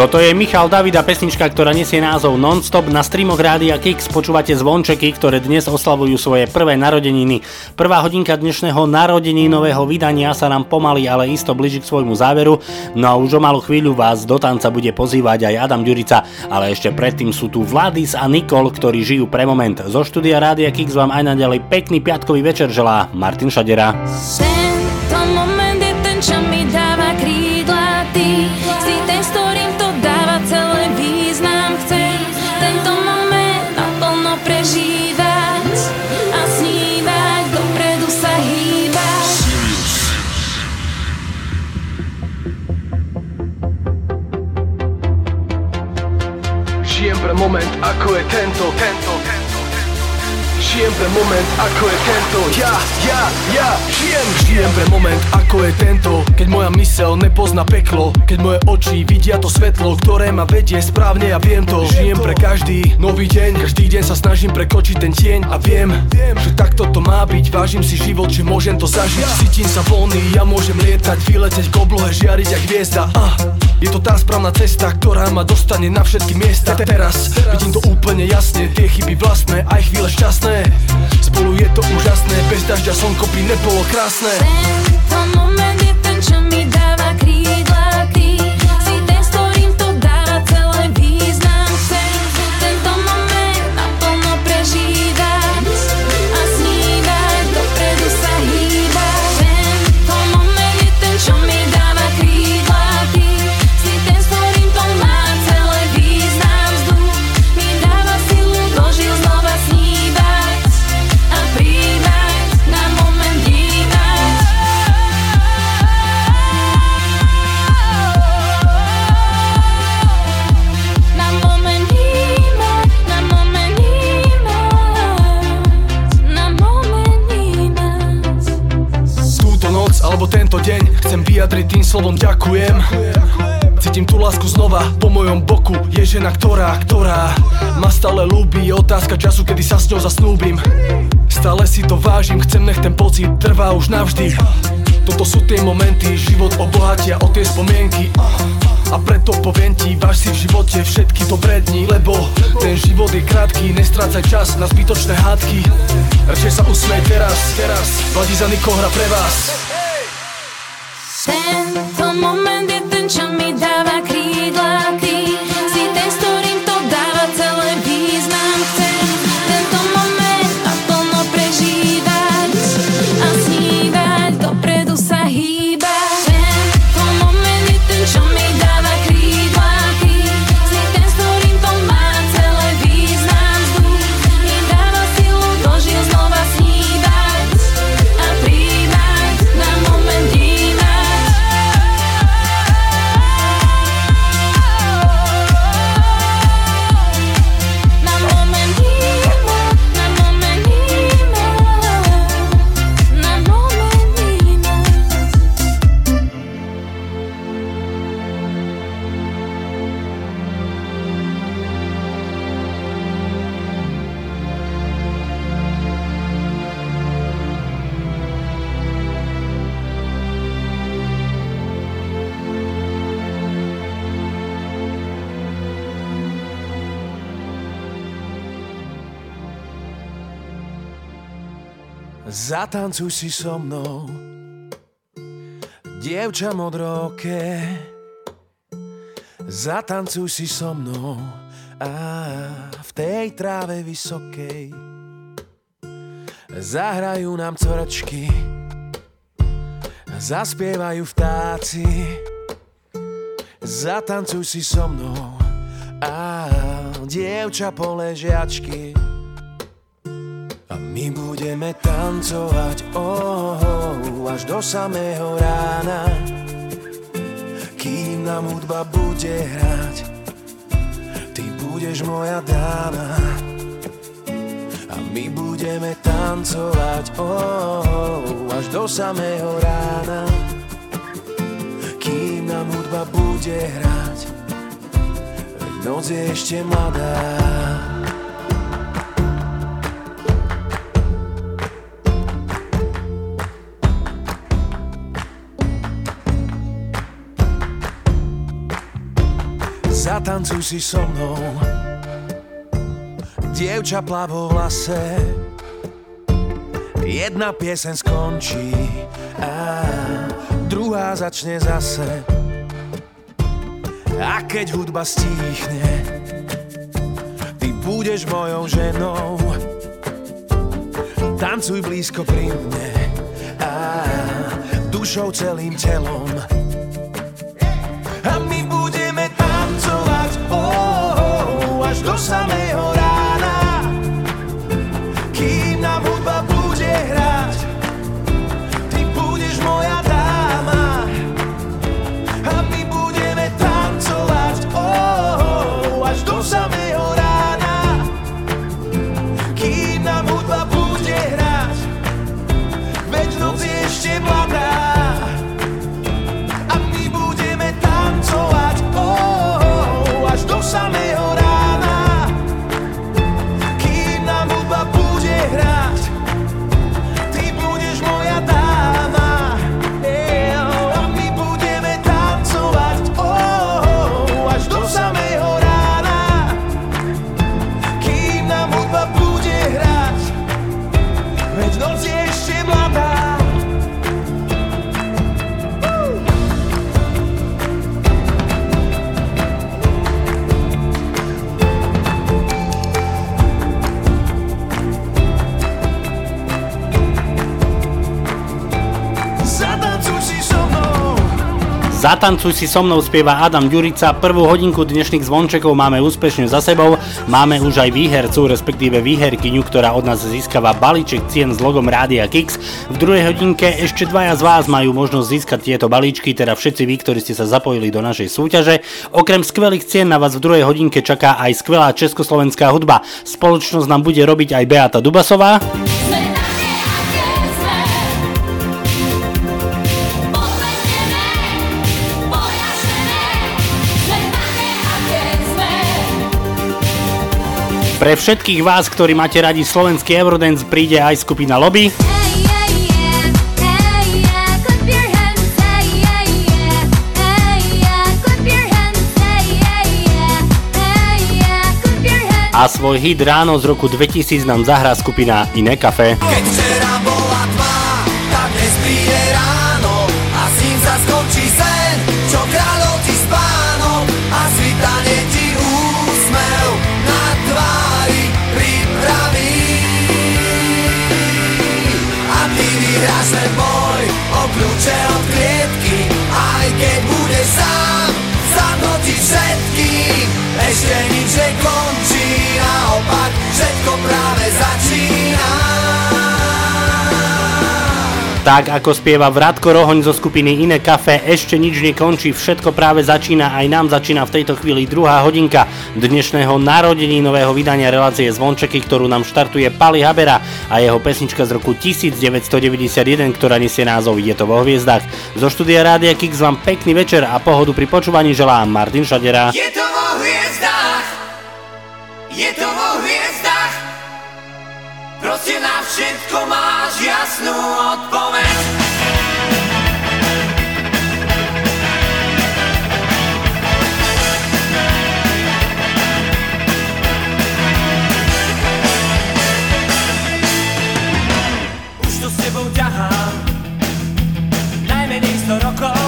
Toto je Michal David a pesnička, ktorá nesie názov Non-Stop. Na streamoch Rádia Kix počúvate zvončeky, ktoré dnes oslavujú svoje prvé narodeniny. Prvá hodinka dnešného narodeninového vydania sa nám pomaly, ale isto blíži k svojmu záveru. No a už o malú chvíľu vás do tanca bude pozývať aj Adam Ďurica, ale ešte predtým sú tu Vladis a Nikol, ktorí žijú pre moment. Zo štúdia Rádia Kix vám aj naďalej pekný piatkový večer želá Martin Šadera. Tento moment je ten, čo mi dáva krídla, ty si ten, s ktorým to dáva celý význam. Chcem tento moment naplno prežívať a snívať, dopredu sa hýbať. Žijem pre moment, ako je tento. Žijem pre moment, ako je tento. Žijem pre moment, ako je tento. Keď moja myseľ nepozná peklo, keď moje oči vidia to svetlo, ktoré ma vedie správne, ja viem to. Žijem pre každý nový deň, každý deň sa snažím prekočiť ten tieň a viem, že takto to má byť. Vážim si život, že môžem to zažiť. Cítim sa voľný, ja môžem lietať, vyletieť k oblohe, žiariť jak hviezda. Je to tá správna cesta, ktorá ma dostane na všetky miesta. Teraz vidím to úplne jasne, tie chyby vlastné, aj chvíle šťastné. Spolu je to úžasné, bez dažďa slnko by nebolo krásne. Tento moment je ten, čo mi dáva krídla, ty si ten, s ktorým to dáva celý význam. Chcem tento moment naplno prežívať a snívať, dopredu sa hýbať. Tento moment je ten, čo mi dáva krídla, ty si ten, s ktorým to má celý význam. Vzduch mi dáva silu, dožil znova snívať a príjmať, na moment vnímať. Na moment vnímať, na moment vnímať, na moment vnímať. Túto noc alebo tento deň chcem vyjadriť tým slovom ďakujem. Cítim tú lásku znova, po mojom boku je žena, ktorá ma stále ľúbi. Je otázka času, kedy sa s ňou zasnúbim. Stále si to vážim, chcem, nech ten pocit trvá už navždy. Toto sú tie momenty, život obohatia o tie spomienky. A preto poviem ti, váž si v živote všetky dobré dni, lebo ten život je krátky, nestrácaj čas na zbytočné hádky. Radšej sa usmej teraz, Vladis a Nikol hra pre vás. Tento moment je ten, čo mi dáva krídla, ty si ten, s ktorým to dáva celý význam. Chcem tento moment naplno prežívať a snívať, dopredu sa hýbať. Tento moment je ten, čo mi dáva krídla, ty si ten, s ktorým to má celý význam. Vzduch mi dáva silu, dožil znova snívať a príjmať, na moment vnímať. Zatancuj si so mnou, dievča modroké. Zatancuj si so mnou a v tej tráve vysokej zahrajú nám cvrčky, zaspievajú vtáci. Zatancuj si so mnou a dievča poležiačky. A my budeme tancovať až do samého rána, kým nám hudba bude hrať. Ty budeš moja dáma a my budeme tancovať až do samého rána, kým nám hudba bude hrať. Veď noc je ešte mladá. Zatancuj si so mnou, dievča plavo v lase. Jedna pieseň skončí a druhá začne zase. A keď hudba stíchne, ty budeš mojou ženou. Tancuj blízko pri mne a dušou celým telom. A my budeme tancovať až do samého rána, kým nám hudba bude hrať. Ty budeš moja dáma a my budeme tancovať až do samého rána, kým nám hudba bude hrať. Veď noc je ešte mladá a my budeme tancovať až do samého rána, kým nám hudba bude hrať. Ty budeš moja dáma a my budeme tancovať až do samého rána, kým nám hudba bude hrať. Veď noc je ešte mladá. Zatancuj si so mnou spieva Adam Ďurica. Prvú hodinku dnešných zvončekov máme úspešne za sebou. Máme už aj výhercu, respektíve výherkyňu, ktorá od nás získava balíček cien s logom Rádia Kix. V druhej hodinke ešte dvaja z vás majú možnosť získať tieto balíčky, teda všetci vy, ktorí ste sa zapojili do našej súťaže. Okrem skvelých cien na vás v druhej hodinke čaká aj skvelá československá hudba. Spoločnosť nám bude robiť aj Beata Dubasová. Pre všetkých vás, ktorí máte radi slovenský Eurodance, príde aj skupina Lobby. A svoj hit Ráno z roku 2000 nám zahrá skupina Iné Café. Keď včera bola tma, tak dnes príde ráno a s ním sa skončí sen, čo kráľov ti spánom a svitane ti úsmev na tvári pripraví. A ty vyhráš ten boj o kľúče od klietky, aj keď budeš sám, zamnotíš všetkým. Ešte nič nekončí, naopak všetko práve začína. Tak ako spieva Vratko Rohoň zo skupiny Iné Café, ešte nič nekončí, všetko práve začína, aj nám začína v tejto chvíli druhá hodinka dnešného narodeninového vydania relácie Zvončeky, ktorú nám štartuje Pali Habera a jeho pesnička z roku 1991, ktorá nesie názov Je to vo hviezdach. Zo štúdia Rádia Kix vám pekný večer a pohodu pri počúvaní želá Martin Šadera. Je to vo hviezdách, je to vo hviezdách, proste na všetko máš jasnú odpoveď. Už to s tebou ťahám najmenej 100 rokov,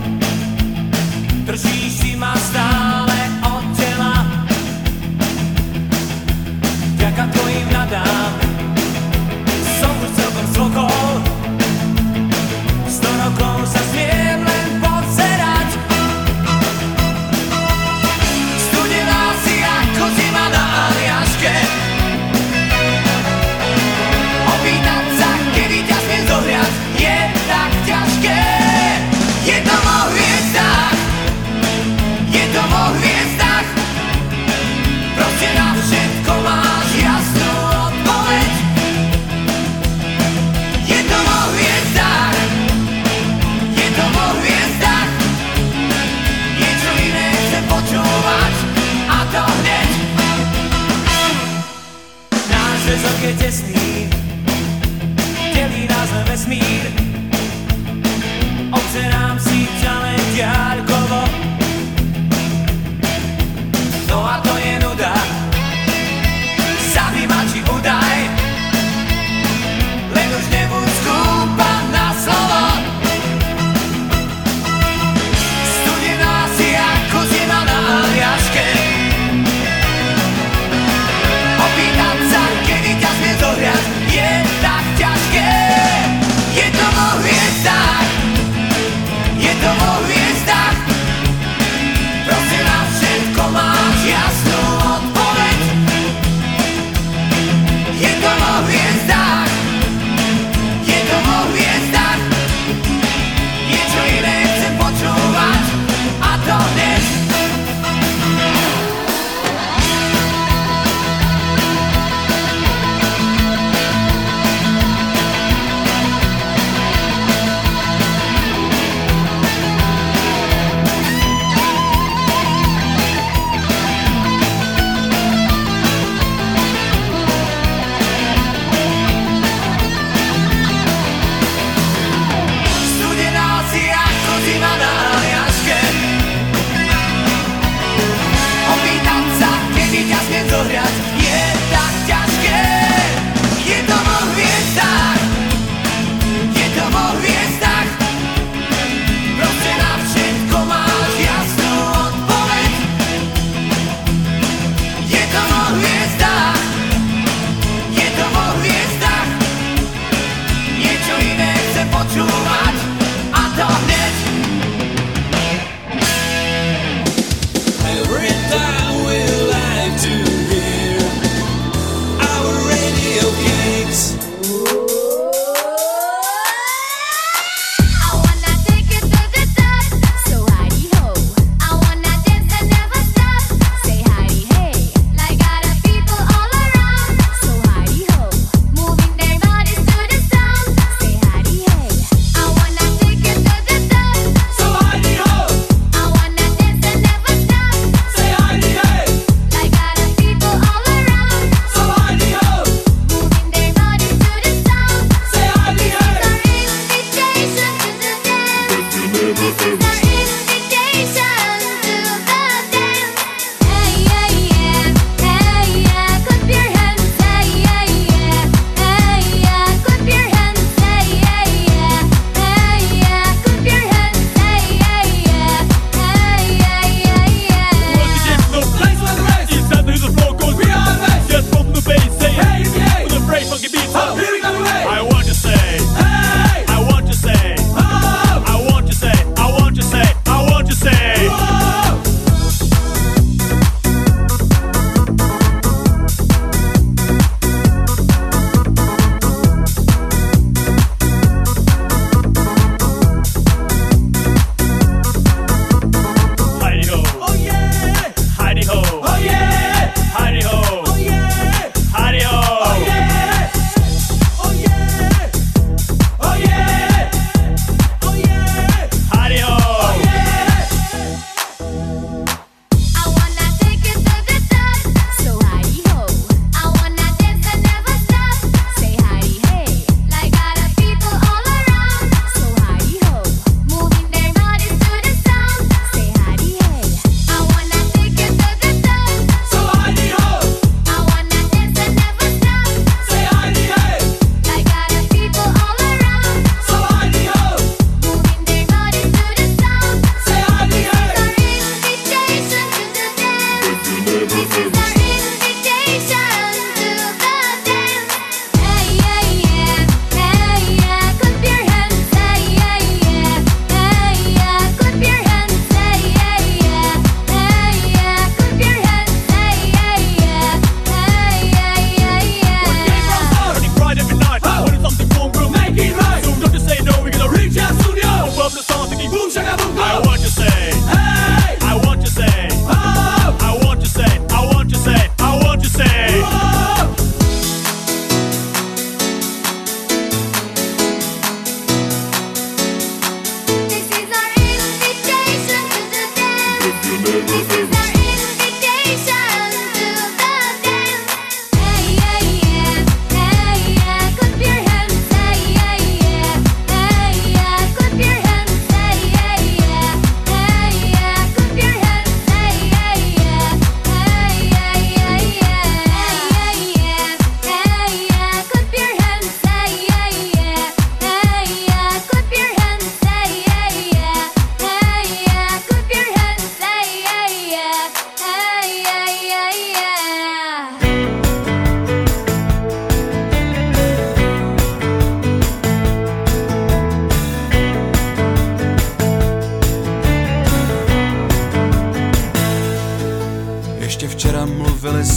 držíš si ma stále od tela. Vďaka tvojim nadám som už celkom zvlkol. 100 rokov sa smiem len pozerať. Studená si ako zima na Aliaške. Opýtať sa, kedy ťa smiem zohriať, je tak ťažké. Je to vo hviezdách, je to vo hviezdách, proste na všetko máš jasnú odpoveď. Je to vo hviezdách, je to vo hviezdách, niečo iné chcem počúvať a to hneď. Náš zväzok je tesný, delí nás len vesmír, obzerám si ťa len diaľkovo.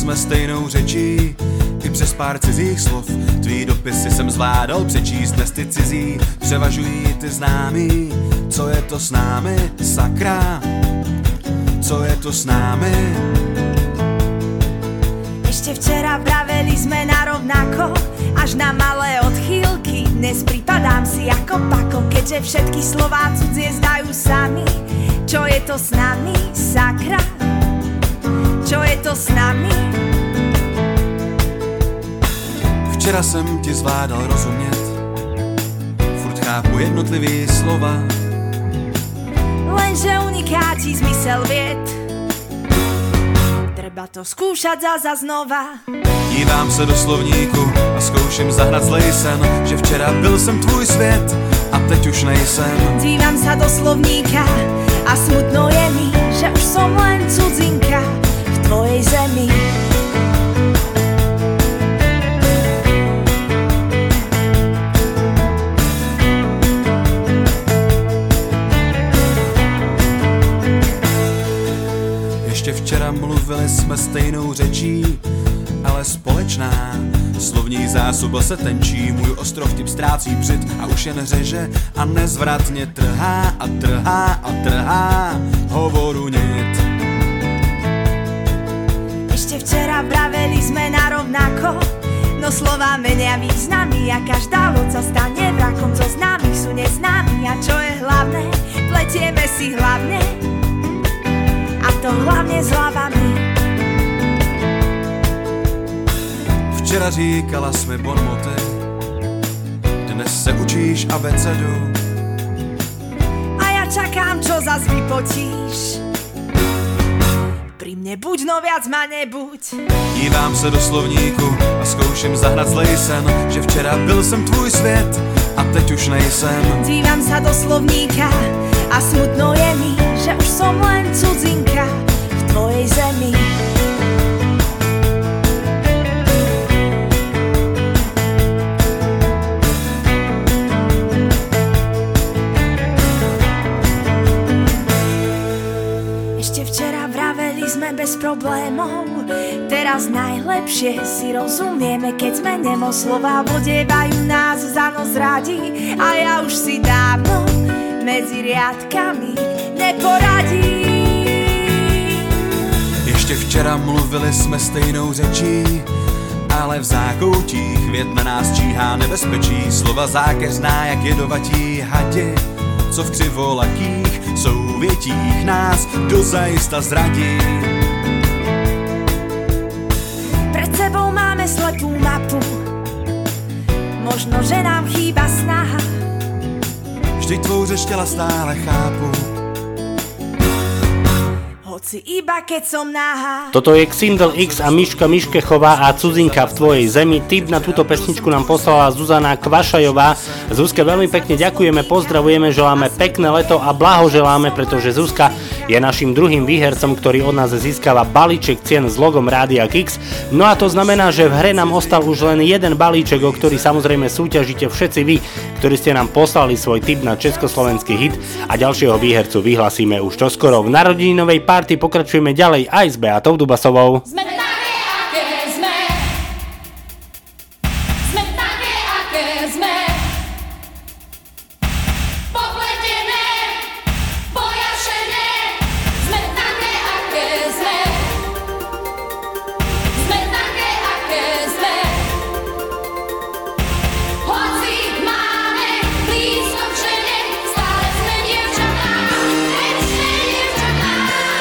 jsme stejnou řečí, i přes pár cizích slov. Tvý dopisy jsem zvládal přečíst, dnes ty cizí převažují ty známý. Co je to s námi, sakra? Co je to s námi? Ešte včera vraveli sme narovnako, až na malé odchýlky. Dnes pripadám si ako pako, keďže všetky slová cudzie zdajú sami. Čo je to s nami, sakra? Čo je to s nami? Včera jsem ti zvládal rozumět, furt chápu jednotlivý slova, lenže uniká ti zmysel vied. Treba to skúšať za znova. Dívám se do slovníku a zkouším zahnat zlej sen, že včera byl jsem tvůj svět a teď už nejsem. Dívam sa do slovníka a smutno je mi, že už som len cudzinka v tvojej zemi. Ještě včera mluvili jsme stejnou řečí, ale společná. Slovní zásoba se tenčí, můj ostrov tím ztrácí břit a už jen řeže a nezvratně trhá a trhá a trhá hovoru nit. Ešte včera vraveli sme narovnako, no slova menia významy a každá loď sa stane vrakom. Zo známych sú neznámi a čo je hlavné, pletieme si hlavne a to hlavne s hlavami. Včera říkala jsme bonmoty, dnes se učíš abecedu. A ja čakám, čo zas vypotíš. Pri mne buď, no viac ma nebuď. Dívám se do slovníku a zkouším zahnat zlej sen, že včera byl jsem tvůj svět a teď už nejsem. Dívam sa do slovníka a smutno je mi, že už som len cudzinka v tvojej zemi. Sme bez problémov, teraz najlepšie si rozumieme, keď sme nemo, slova vodievajú nás za nos radi a ja už si dávno medzi riadkami neporadím. Ještě včera mluvili jsme stejnou řečí, ale v zákoutích věd na nás číhá nebezpečí. Slova zákeřná jak jedovatí hadi, co v křivolakých souvětích nás dozajista zradí. Pred sebou máme slepú mapu, možno, že nám chýba snaha. Vždyť tvou řeč těla stále chápu, hoci iba keď som nahá. Toto je Xindel X a Miška Miškechová a Cudzinka v tvojej zemi. Tip na túto pesničku nám poslala Zuzana Kvašajová. Zuzke veľmi pekne ďakujeme, pozdravujeme, želáme pekné leto a blahoželáme, pretože Zuzka je našim druhým výhercom, ktorý od nás získava balíček cien s logom Rádia Kix. No a to znamená, že v hre nám ostal už len jeden balíček, o ktorý samozrejme súťažíte všetci vy, ktorí ste nám poslali svoj tip na československý hit, a ďalšieho výhercu vyhlasíme už čoskoro. V narodeninovej party pokračujeme ďalej aj s Beatou Dubasovou. Sme také, aké sme. Sme také, aké sme. Popletené, pojašené. Sme také, aké sme. Sme také, aké sme. Hoci máme blízko k žene, stále sme dievčatá, večné dievčatá.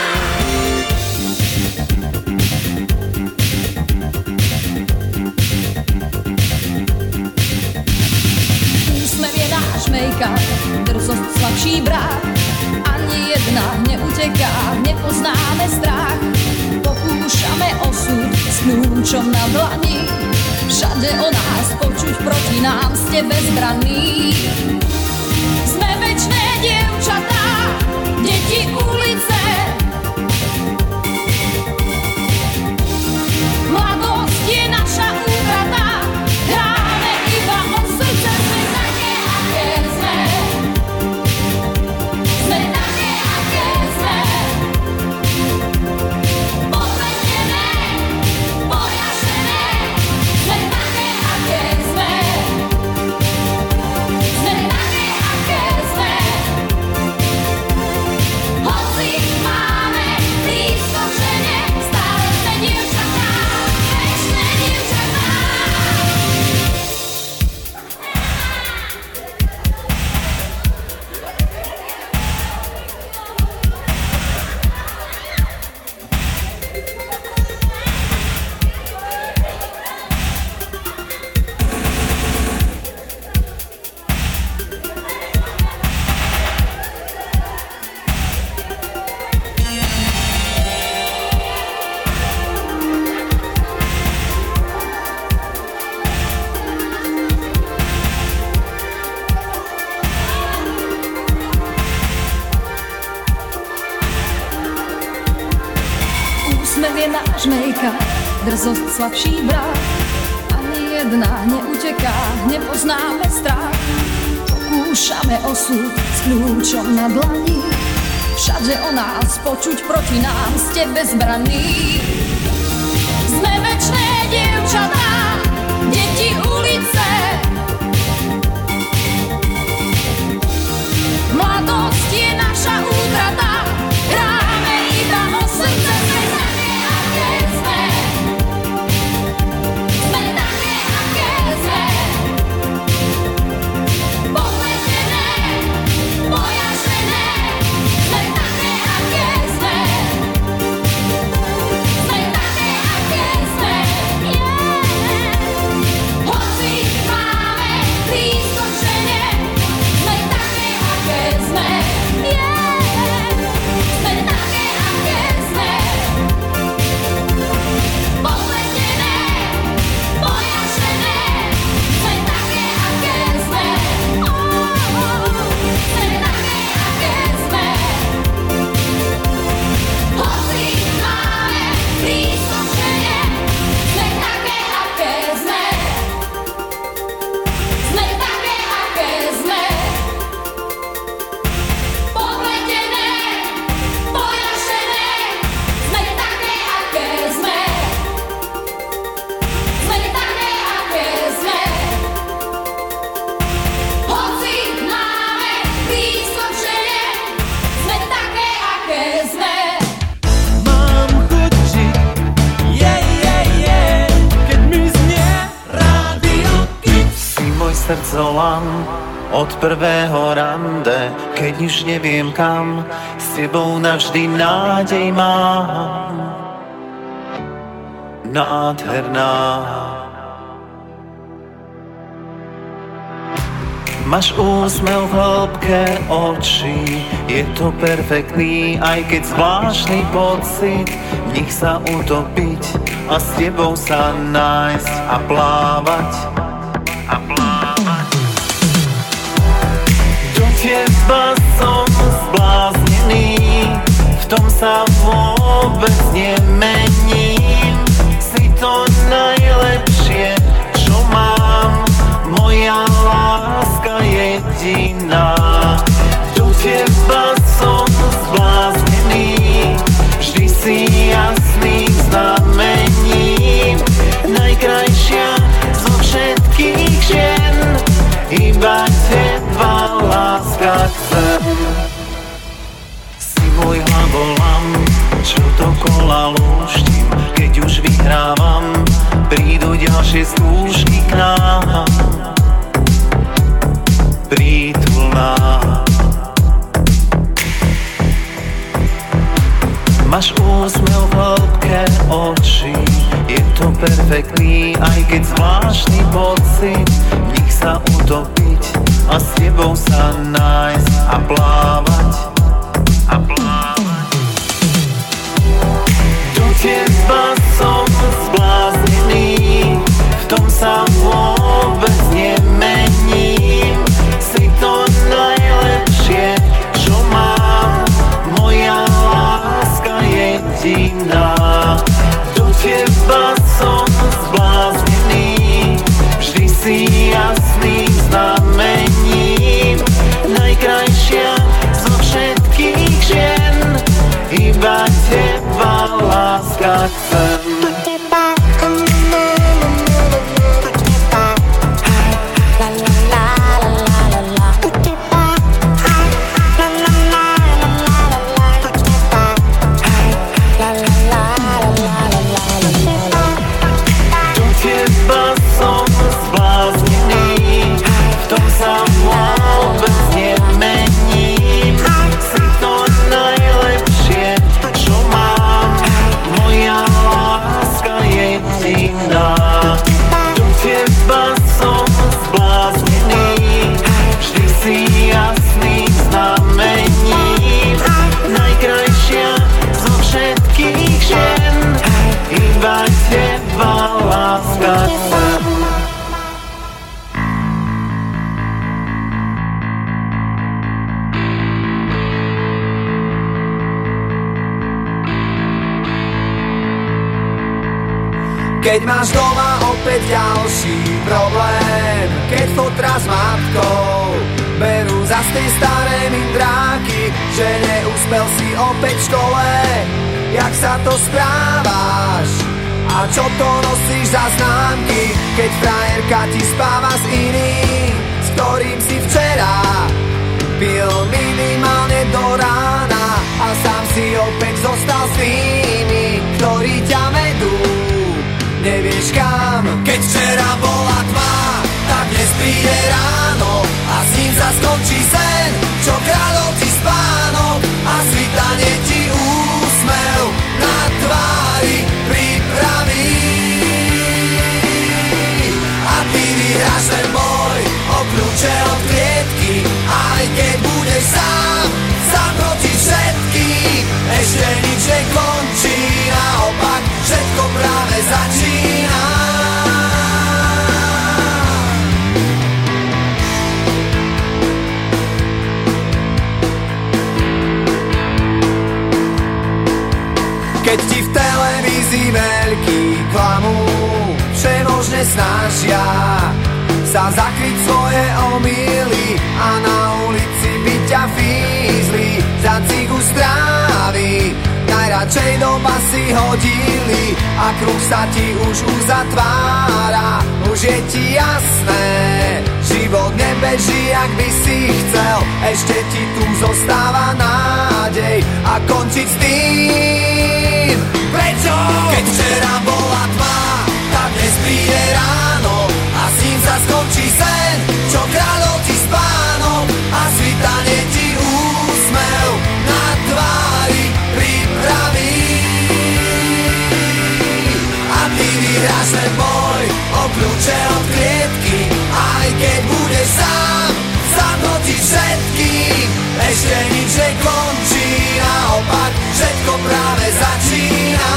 Úsmev je náš make-up, drzosť slabší brát. Ani jedna neuteká, nepoznáme strach. Pokúšame osud s kľúčom na dlani. Všade o nás počuť, proti nám ste bezbranní. Sme večné dievčatá, deti ulice. Mladosť je naša útrata, hráme iba o srdce. Sme také, aké sme. Sme také, aké sme. Popletené, drzosť slabší brát. Ani jedna neuteká, nepoznáme strach. Pokúšame osud s kľúčom na dlani. Všade o nás počuť, proti nám ste bezbranní. Sme večné dievčatá, deti ulice. Mladosť je naša útrata, hráme iba o srdce. Sme také, aké sme. Sme také, aké sme. Popletené, pojašené. Sme také, aké sme. Sme také, aké sme. Hoci máme prískočenie, sme také, aké sme. Sme také, aké sme. Popletené, pojašené. Sme také, aké sme. Sme také, aké sme. Hoci máme prískočenie, sme také, aké sme. Sme také, aké sme. Popletené, pojašené. Sme také, aké sme. Sme také, aké sme. Hoci máme prískočenie, sme také, aké sme. Mám chuť žiť, keď mi znie Rádio Kix. Si môj srdcolam od prvého rande, keď už neviem kam, s tebou navždy nádej mám. Nádherná. Máš úsmev v hĺbke očí, je to perfektný, aj keď zvláštny pocit. V nich sa utopiť a s tebou sa nájsť a plávať. Do teba som zbláznený, v tom sa vôbec nemením. Si to najlepšie, čo mám, moja láska jediná. Do teba som zbláznený, vždy si jasným znamením. Najkrajšia zo všetkých žien, iba teba láska chcem. Si môj hlavolam, čo dokola lúštim, keď už vyhrávam, prídu ďalšie skúšky k nám. Prítulná. Máš úsmev v hĺbke očí, je to perfektný, aj keď zvláštny pocit. V nich sa utopiť a s tebou sa nájsť a plávať. Do teba som zbláznený, v tom sa vôbec nemením. Si to najlepšie, čo mám, moja láska jediná. Do teba som zbláznený, vždy si jasným znamením. Najkrajšia zo všetkých žien, iba teba láska chcem. Do teba, Keď máš doma opäť ďalší problém, keď fotra s matkou berú zas tie staré mindráky, že neúspel si opäť v škole. Jak sa to správaš? A čo to nosíš za známky, keď frajerka ti spáva s iným, s ktorým si včera pil minimálne do rána a sám si opäť zostal s tými, ktorí ťa vedú nevieš kam. Keď včera bola tma, tak dnes príde ráno a s ním sa skončí sen, čo kradol ti spánok a svitanie ti úsmev na tvári pripraví. A ty vyhráš ten boj o kľúče od klietky, aj keď budeš sám proti všetkým. Ešte nič nekončí, naopak všetko práve začína. Keď ti v televízii veľký klamú, všemožne snažia sa zakryť svoje omýly a na ulici by ťa fízli za cigu strávy. Najradšej do basy hodili a kruh sa ti už uzatvára. Už je ti jasné, život nebeží, jak by si chcel. Ešte ti tu zostáva nádej a končiť s tým. Prečo? Keď včera bola tma, tak dnes príde ráno a s ním sa skončí sen, čo kradol ti spánok a svitanie ti úsmev na tvári pripraví. A ty vyhráš ten boj o kľúče od klietky, aj keď budeš sám proti všetkým. Ešte nič nekončí, naopak všetko práve začína.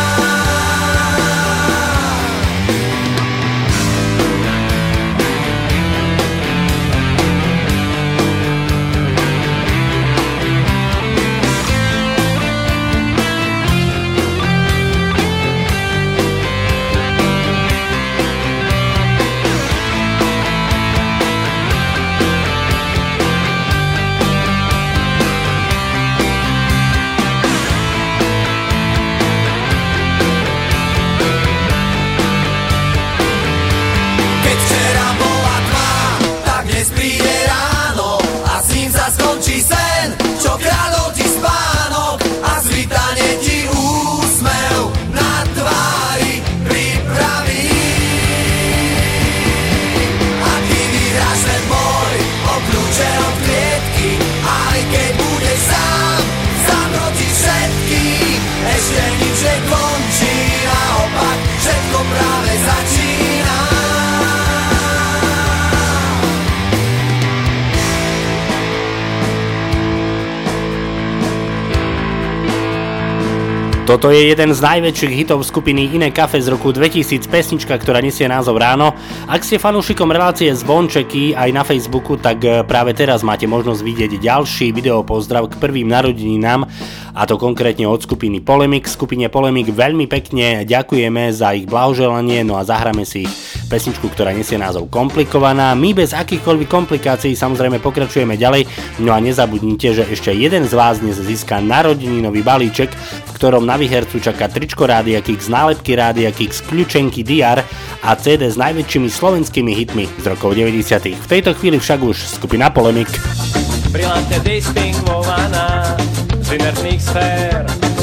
Toto je jeden z najväčších hitov skupiny Iné kafe z roku 2000, pesnička, ktorá nesie názov Ráno. Ak ste fanúšikom relácie Zvončeky aj na Facebooku, tak práve teraz máte možnosť vidieť ďalší video pozdrav k prvým narodeninám, a to konkrétne od skupiny Polemik. Skupine Polemik veľmi pekne ďakujeme za ich blahoželanie, no a zahráme si pesničku, ktorá nesie názov Komplikovaná. My bez akýchkoľvek komplikácií samozrejme pokračujeme ďalej, no a nezabudnite, že ešte jeden z vás dnes získa narodeninový balíček, v ktorom na výhercu čaká tričko Rádia Kix, nálepky Rádia Kix, kľúčenky DR a CD s najväčšími slovenskými hitmi z rokov 90. V tejto chvíli však už skupina Polemik. Brilantne distingovaná z inertných sfér,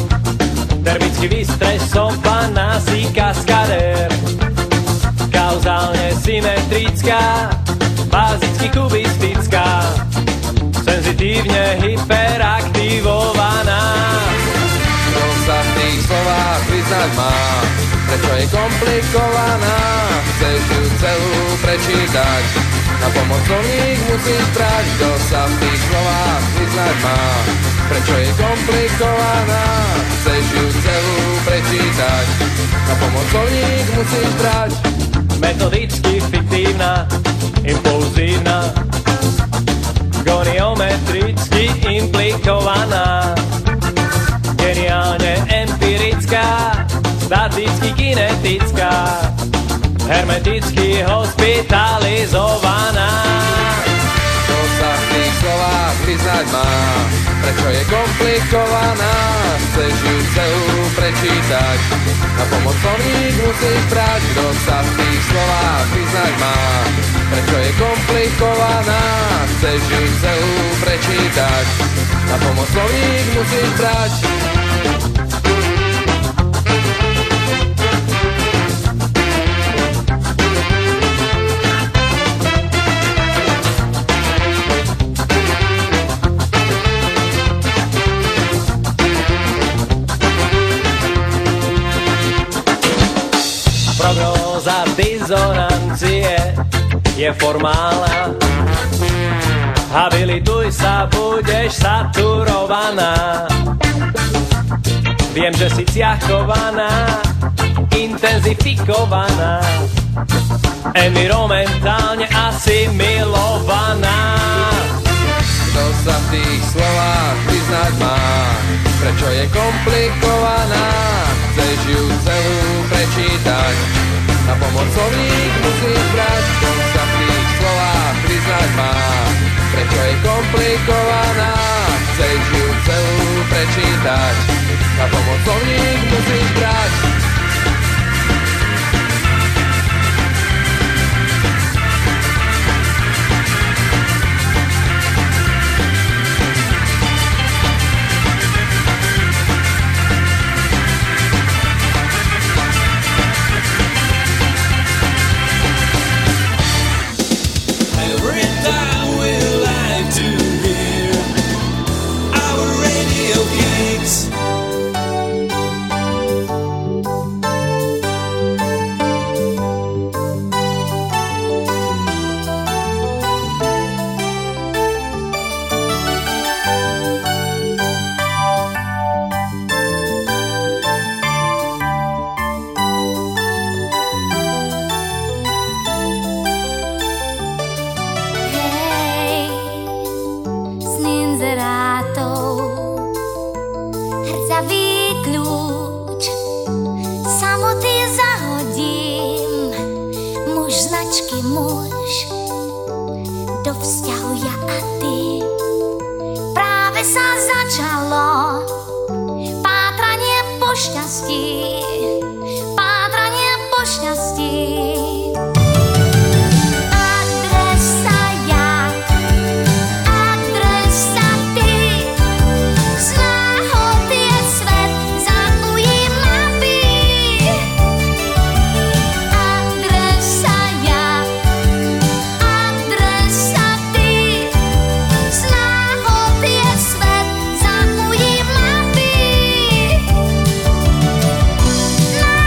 termicky vystresovaná si kaskadér, kauzálne symetrická, bazicky kubistická, senzitívne hyperaktivovaná. Kto sa v tých slovách vyznať má, prečo je komplikovaná, chceš ju celú prečítať, na pomoc slovník musíš brať. Kto sa v tých slovách vyznať má, prečo je komplikovaná, chceš ju celú prečítať, na pomoc slovník musíš brať. Metodicky fiktívna, impulzívna, goniometricky implikovaná, geniálne empirická, staticky kinetická, hermeticky hospitalizovaná. Kto sa v tých slovách vyznať má, prečo je komplikovaná, chceš ju celú prečítať, na pomoc slovník musíš brať. Kto sa v tých slovách vyznať má, prečo je komplikovaná, chceš ju celú prečítať, na pomoc slovník musíš brať. Prognóza dizonancie je formálna. Habilituj sa, budeš saturovaná. Viem, že si ciachovaná, intenzifikovaná, environmentálne asimilovaná. Kto sa v tých slovách vyznať má, prečo je komplikovaná, chceš ju celú prečítať, na pomoc slovník musíš brať. Kto sa v tých slovách vyznať má, prečo je komplikovaná, chceš ju celú prečítať, na pomoc slovník musíš brať. Na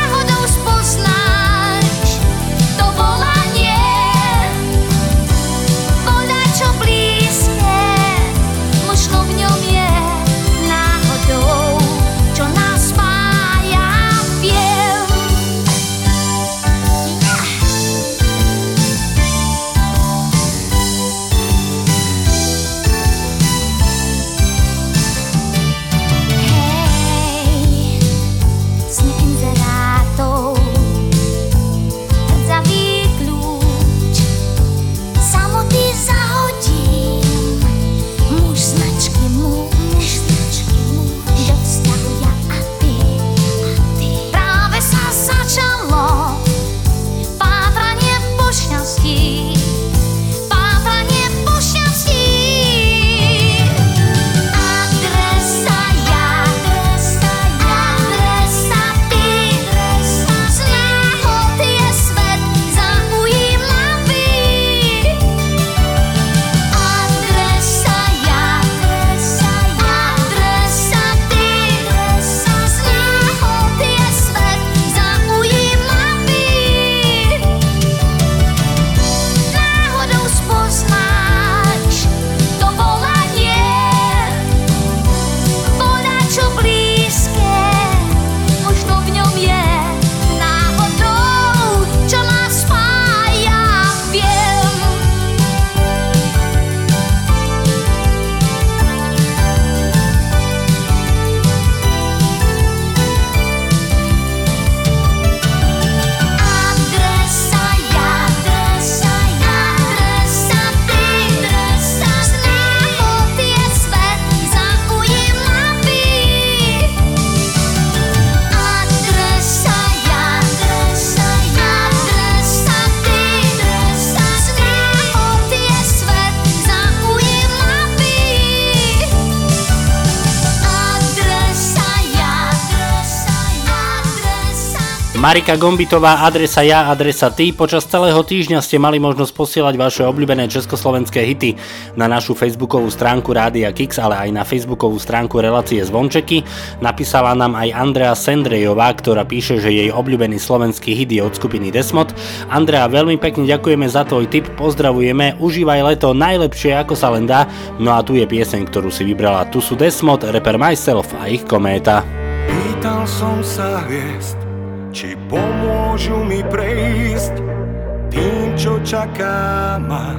Marika Gombitová, adresa ja, adresa ty. Počas celého týždňa ste mali možnosť posielať vaše obľúbené československé hity na našu facebookovú stránku Rádia Kix, ale aj na facebookovú stránku Relácie Zvončeky. Napísala nám aj Andrea Sendrejová, ktorá píše, že jej obľúbený slovenský hit je od skupiny Desmod. Andrea, veľmi pekne ďakujeme za tvoj tip, pozdravujeme, užívaj leto najlepšie ako sa len dá. No a tu je pieseň, ktorú si vybrala. Tu sú Desmod, rapper Myself a ich Kométa. Pýtal som sa hviezd, či pomôžu mi prejsť tým, čo čaká ma.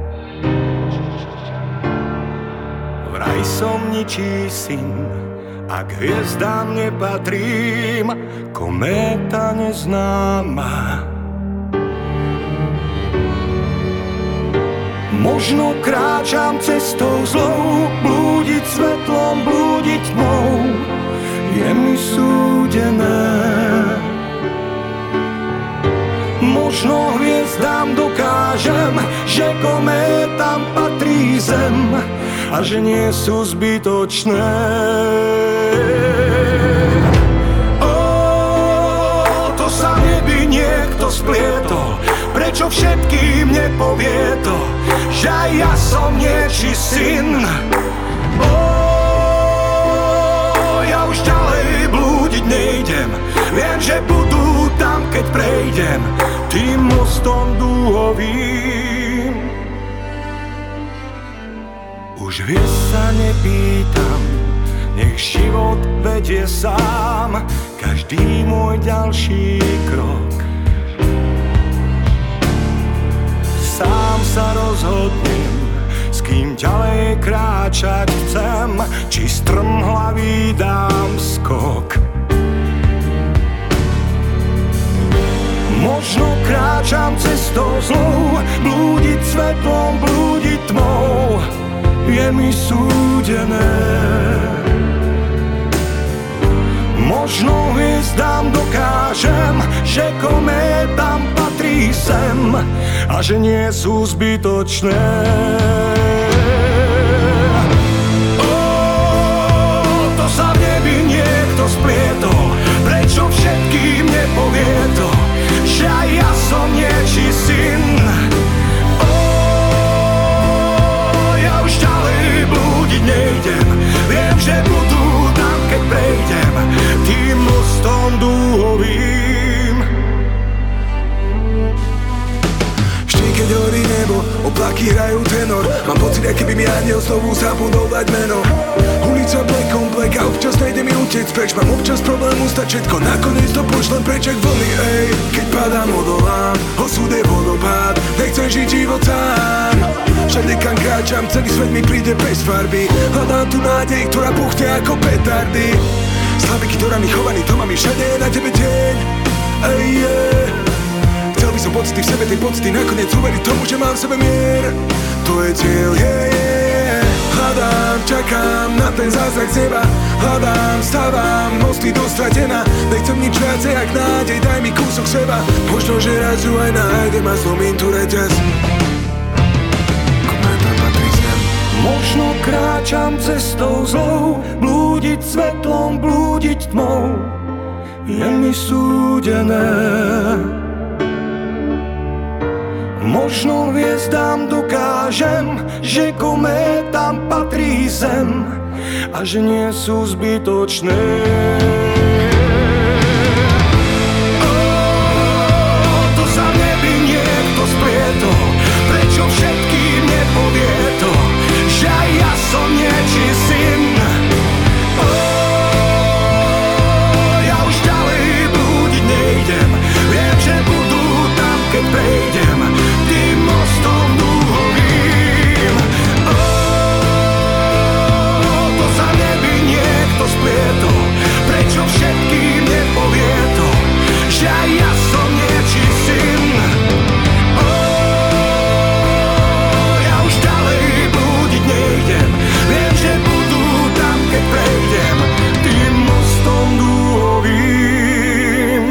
Vraj som ničí syn, a k hviezdám nepatrím, kométa neznáma. Možno kráčam cestou zlou, blúdiť svetlom, blúdiť tmou, je mi súdené. Možno hviezdám dokážem, že kométam patrí zem a že nie sú zbytočné. To sa nebi niekto splietol, prečo všetkým nepovie to, že aj ja som niečí syn. Ja už ďalej blúdiť nejdem, viem, že budú tam, keď prejdem tým mostom dúhovým. Už vieš sa nepýtam, nech život vedie sám každý môj ďalší krok. Sám sa rozhodnem, s kým ďalej kráčať chcem, či strmhlavý dám skok. Možno kráčam cestou zlou, blúdiť svetlom, blúdiť tmou, je mi súdené. Možno hviezdám dokážem, že kométam patrí sem a že nie sú zbytočné. To sa v nebi niekto splietol, prečo všetkým nepovie to, že aj ja som niečí syn. Ja už ďalej blúdiť nejdem, viem, že budú tam, keď prejdem tým mostom dúhovým. Vždy, keď horí nebo, oblaky hrajú tenor, mám pocit, aké by mi aniel znovu zabudol dať meno. Ulica black on black a občas nejde mi utiec preč, mám občas problém ustať všetko, nakoniec to pošlem preč jak vlny, ej. Keď padám, odolám, osud je vodopád, nechcem žiť život sám. Všade kam kráčam, celý svet mi príde bez farby, hľadám tu nádej, ktorá puchne ako petardy. Slaviky, ktorami chovaný, to mám i všade je na tebe deň, ej, yeah. Chcel by som pocity v sebe, tej pocity nakoniec uveriť tomu, že mám v sebe mier. To je cieľ, yeah. Hľadám, čakám na ten zázrak z neba, hľadám, stávam, mosty do stratená. Nechcem nič viacej, jak nádej, daj mi kúsok seba. Možno, že raz ju aj nájdem a zlomím tu reťaz. Kométa patrí sem. Možno kráčam cestou zlou, blúdiť svetlom, blúdiť tmou, je mi súdené. Možno hviezdám dokážem, že kométam patrí zem a že nie sú zbytočné. To sa v nebi niekto splietol, prečo všetkým nepovie to, že aj ja som niečí syn. Ja už ďalej blúdiť nejdem, viem, že budú tam, keď prejdem tým mostom dúhovým. To sa v nebi niekto splietol, prečo všetkým nepovie to, že aj ja som niečí syn. Ja už ďalej blúdiť nejdem, viem, že budú tam, keď prejdem tým mostom dúhovým.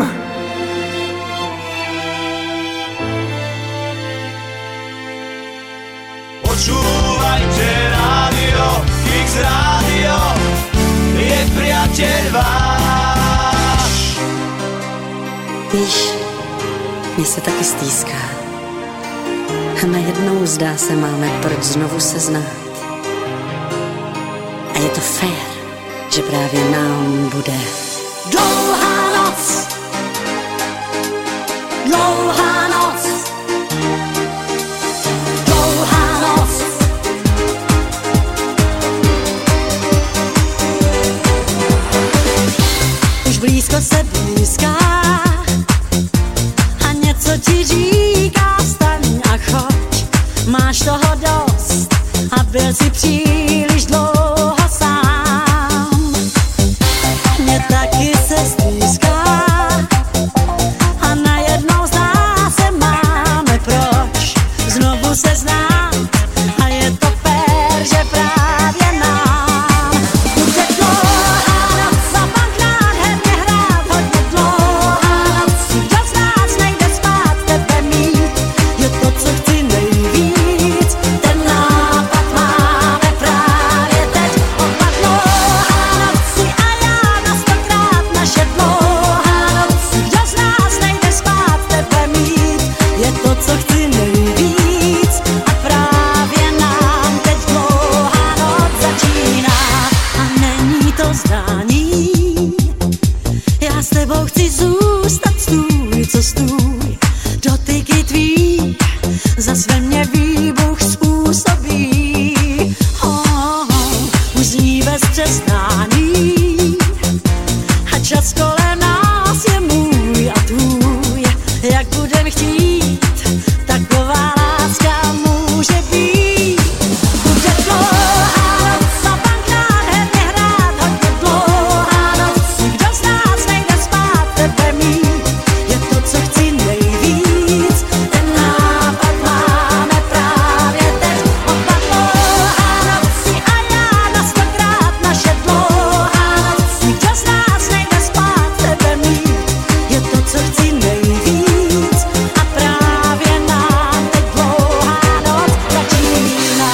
Počúvajte rádio, Kix rádio, je priateľ váš. Víš, mně se taky stýská. A najednou zdá se máme proč znovu se znát. A je to fér, že právě nám bude dlouhá noc. Dlouhá noc. Dlouhá noc. Už blízko se blízká a něco ti říká, staň a choď. Máš toho dost a byl si příliš dlouho sám. Mně taky se stýská a najednou zdá se máme proč znovu se znát. A je to fér, že právě nám bude dlouhá noc a pak nádherně hrát hodně dlouhá noc. Kdo z nás nejde spát, tebe mít je to, co chci nejvíc. Ten nápad máme právě teď. Oba dlouhá noci a já na 100krát naše dlouhá noc. Kdo z nás nejde spát, tebe mít je to, co chci nejvíc. A právě nám teď dlouhá noc začíná. A není to zdání, já s tebou chci zůstat, stůj, co stůj. Dotyky tvý zas ve mně výbuch způsobí. Už zní bez přestání a čas kolem nás je můj a tvůj. Jak budem chtít, taková láska může být. Bude dlouhá noc a pak nádherně hrát hodně dlouhá noc. Kdo z nás nejde spát, tebe mít je to, co chci nejvíc. Ten nápad máme právě teď. Oba dlouhá noci a já na 100krát naše dlouhá noc. Kdo z nás nejde spát, tebe mít je to, co chci nejvíc. A právě nám teď dlouhá noc začíná.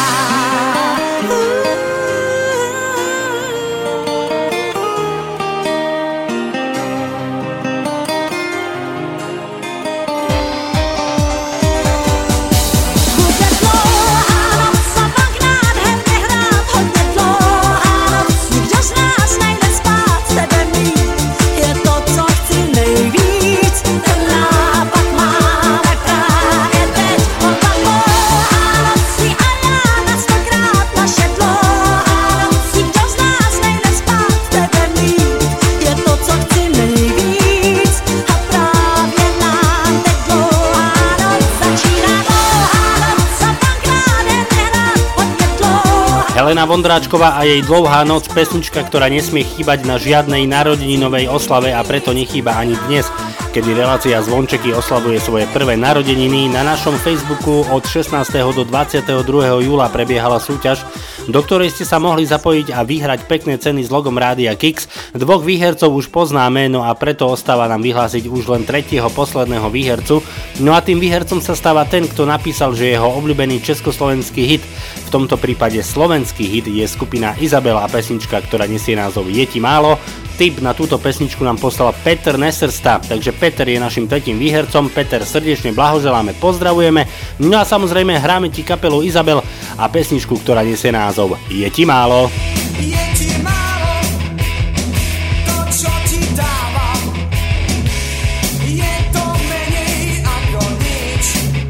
Bude dlouhá noc a pak nádherně hrát hodně dlouhá noc. Nikdo z nás nejde spát, tebe mít je to, co chci nejvíc. Ten nápad máme právě teď. Oba dlouhá noci a já na 100krát naše dlouhá noc. Nikdo z nás nejde spát, tebe mít je to, co chci nejvíc. A právě nám teď dlouhá noc začíná. Dlouhá noc a pak nádherně hrát hodně dlouhá. Helena Vondráčková a jej Dlouhá noc, pesnička, ktorá nesmie chýbať na žiadnej narodeninovej oslave a preto nechýba ani dnes, kedy relácia Zvončeky oslavuje svoje prvé narodeniny. Na našom Facebooku od 16. do 22. júla prebiehala súťaž, do ktorej ste sa mohli zapojiť a vyhrať pekné ceny s logom Rádia Kix. Dvoch výhercov už poznáme, no a preto ostáva nám vyhlásiť už len tretieho posledného výhercu. No a tým výhercom sa stáva ten, kto napísal, že jeho obľúbený československý hit, v tomto prípade slovenský hit, je skupina Izabela a pesnička, ktorá nesie názov Je ti málo. Tip na túto pesničku nám poslal Peter Nesersta, takže Peter je našim tretím výhercom. Peter, srdečne blahoželáme, pozdravujeme. No a samozrejme hráme ti kapelu Izabel a pesničku, ktorá nesie názov Je ti málo. Je ti málo, to čo ti dávam, je to menej ako nič.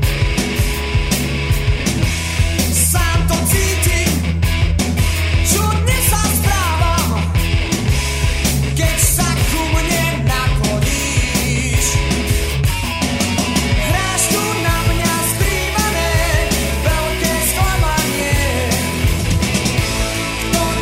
Sám to cítim, čudne sa správam, keď sa ku mne nakloníš. Hráš tu na mňa skrývané veľké sklamanie. Kto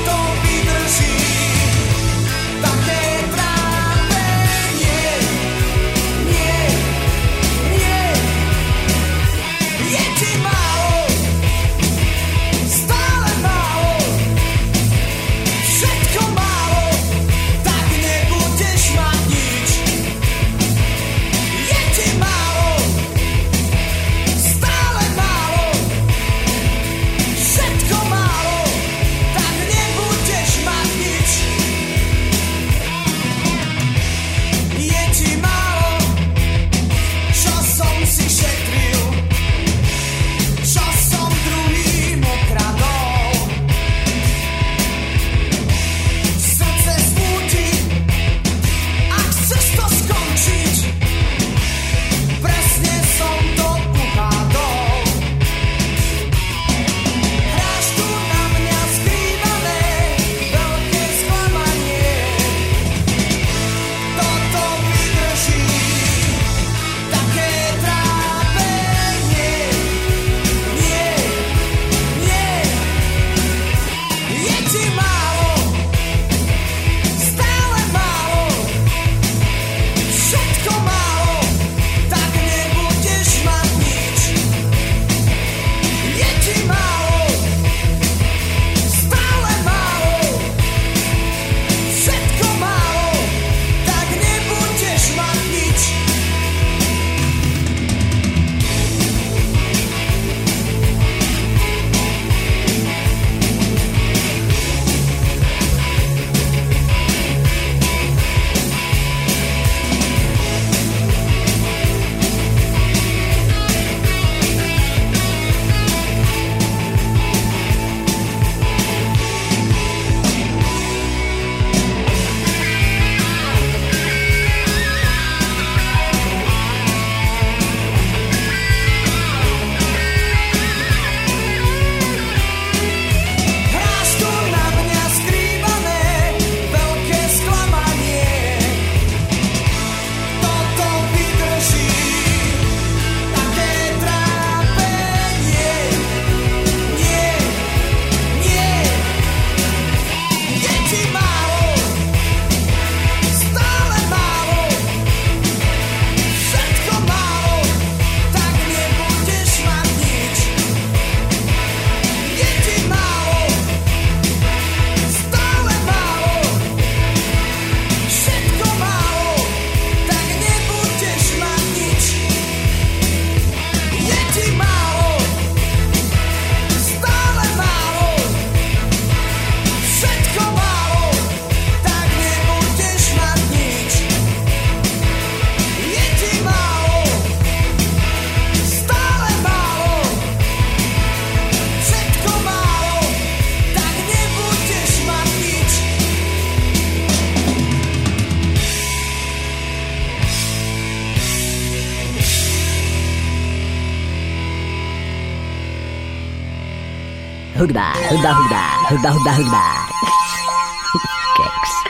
hudba, hudba, hudba, hudba, hudba, hudba. Keks.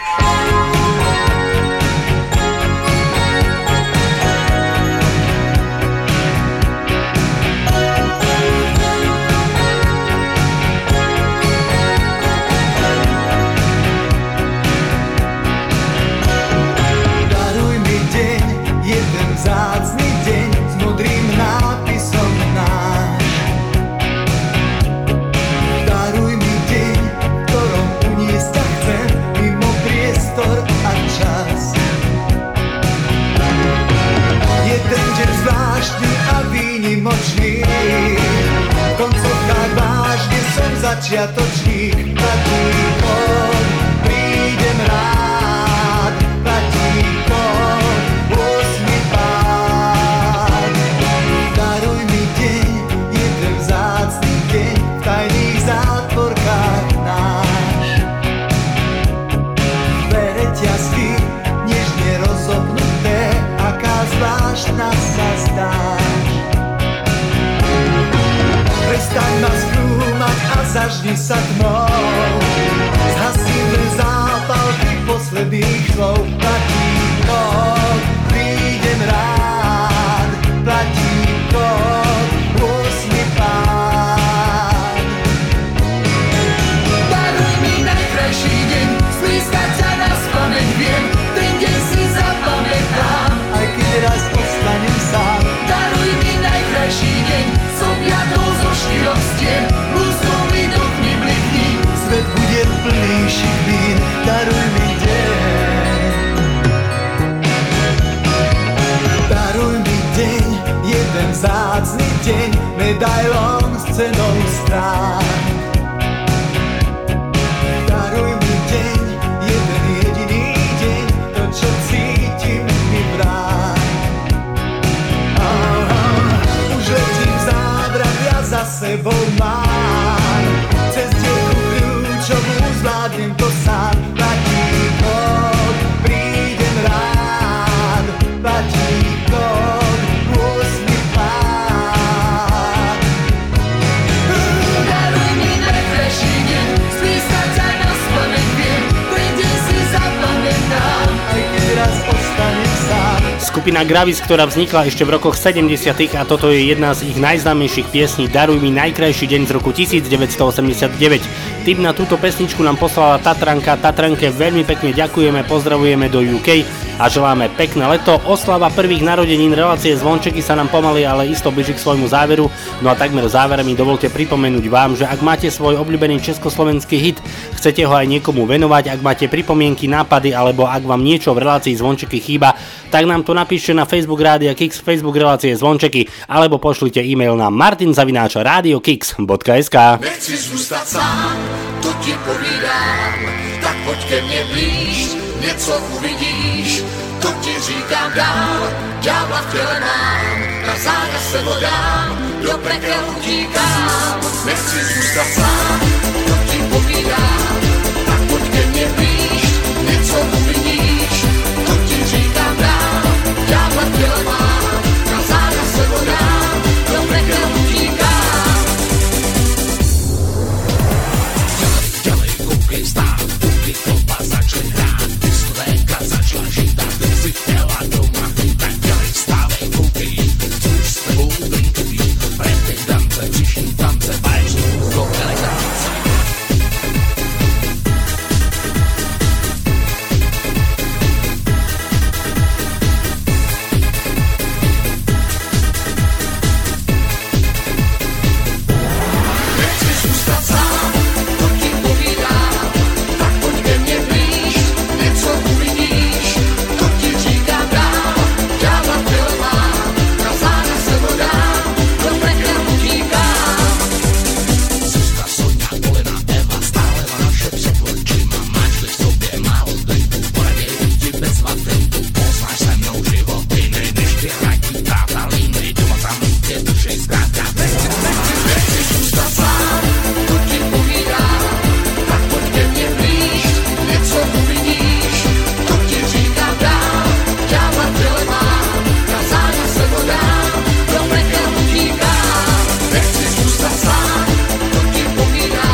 Daruj mi deň, jeden vzácny deň s modrým nápisom náš. Daruj mi deň, v ktorom uniesť ťa chcem mimo priestor a čas. Jeden deň zvláštny a výnimočný, v koncovkách vážne som začiatočník. Platí kód, prídem rád, platí kód, 8. pád. Daruj mi deň, jeden vzácny deň v tajných zátvorkách náš. Vereťazky, nežne rozopnuté, aká zvláštna sa zdáš. Prestaň ma skúmať a zažni sa tmou, zhasíme zápalky posledných slov. Platí kód, prídem rád, platí kód, 8. pád. Daruj mi najkrajší deň, splískať sa na spameť viem, ten deň si zapamätám, aj keď raz ostanem sám. Daruj mi najkrajší deň, som jadol zo 4 stien, blúzkou mi duch mi blikni, svet bude plný šikvín. Daruj mi deň, daruj mi deň, jeden vzácny deň, medailón s cenou strán. Daruj mi deň, jeden jediný deň, to čo cítim mi vráť. Už letím zábrak, ja za sebou mám, cez dierku kľúčovú zvládnem to sám. Platí kód, prídem rád, platí kód, 8. pád. Daruj mi najkrajší deň, splískať sa na spameť viem, ten deň si zapamätám, aj keď raz ostanem sám. Skupina Gravis, ktorá vznikla ešte v rokoch 70. a toto je jedna z ich najznámejších piesní Daruj mi najkrajší deň z roku 1989. Tip na túto pesničku nám poslala Tatranka. Tatranke veľmi pekne ďakujeme, pozdravujeme do UK a želáme pekné leto. Oslava prvých narodenín relácie Zvončeky sa nám pomaly, ale isto blíži k svojmu záveru. No a takmer závere mi dovolte pripomenúť vám, že ak máte svoj obľúbený československý hit, chcete ho aj niekomu venovať, ak máte pripomienky, nápady alebo ak vám niečo v relácii Zvončeky chýba, tak nám to napíšte na Facebook Rádia Kix, Facebook relácie Zvončeky alebo pošlite e-mail na martin@radiokix.sk. Nechci zůstat sám, to ti povídám, tak pojď ke mně blíž, něco uvidíš, to ti říkám dál, ďábla v těle mám, na záda se vodám, do pekel utíkám. Nechci zůstat sám, to ti povídám, tak pojď ke mně blíž, něco uvidíš, to ti říkám dál, ďábla v těle mám, na záda se vodám, do pekel utíkám. Koukej stát, koukej kolba začali hrát, diskotéka začala žít a ty si chtěla doma být, tak dělej vstávej, koukej, co už s tebou brinkují, prety tance, břišní tance, baječný úzkou elektronice. Nechci zůstat sám, to ti povídám, tak pojď ke mně blíž, něco uvidíš, to ti říkám dál, ďábla v těle mám, na záda se vodám, do pekel utíkám. Zuzka, Soňa, Polina, Eva, stále naše před očima, máš-li v sobě málo drinku, poraděj ti bez vatenku, poznáš se mnou životy, nejdeš ty hradí, táta, línej, doma tam tě držej zkrátka. Nechci zůstat sám, to ti povídám, tak pojď ke mně blíž, něco uvidíš, to ti říkám dál, ďábla v těle mám, na záda se vodám, do pekel utíkám. Nechci zůstat sám, to ti povídám,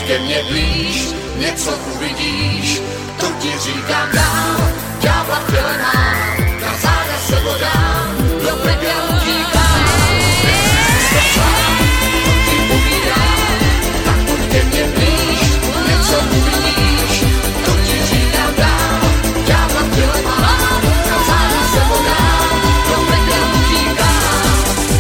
ke mně blíž, něco uvidíš, to ti říkám dál, ďábla v těle mám, na záda se vodám, do pekel utíkám, nechci zůstat sám, to ti povídám, tak pojď ke mně blíž, něco uvidíš, to ti říkám dál, ďábla v těle mám, na záda se vodám, do pekel utíkám,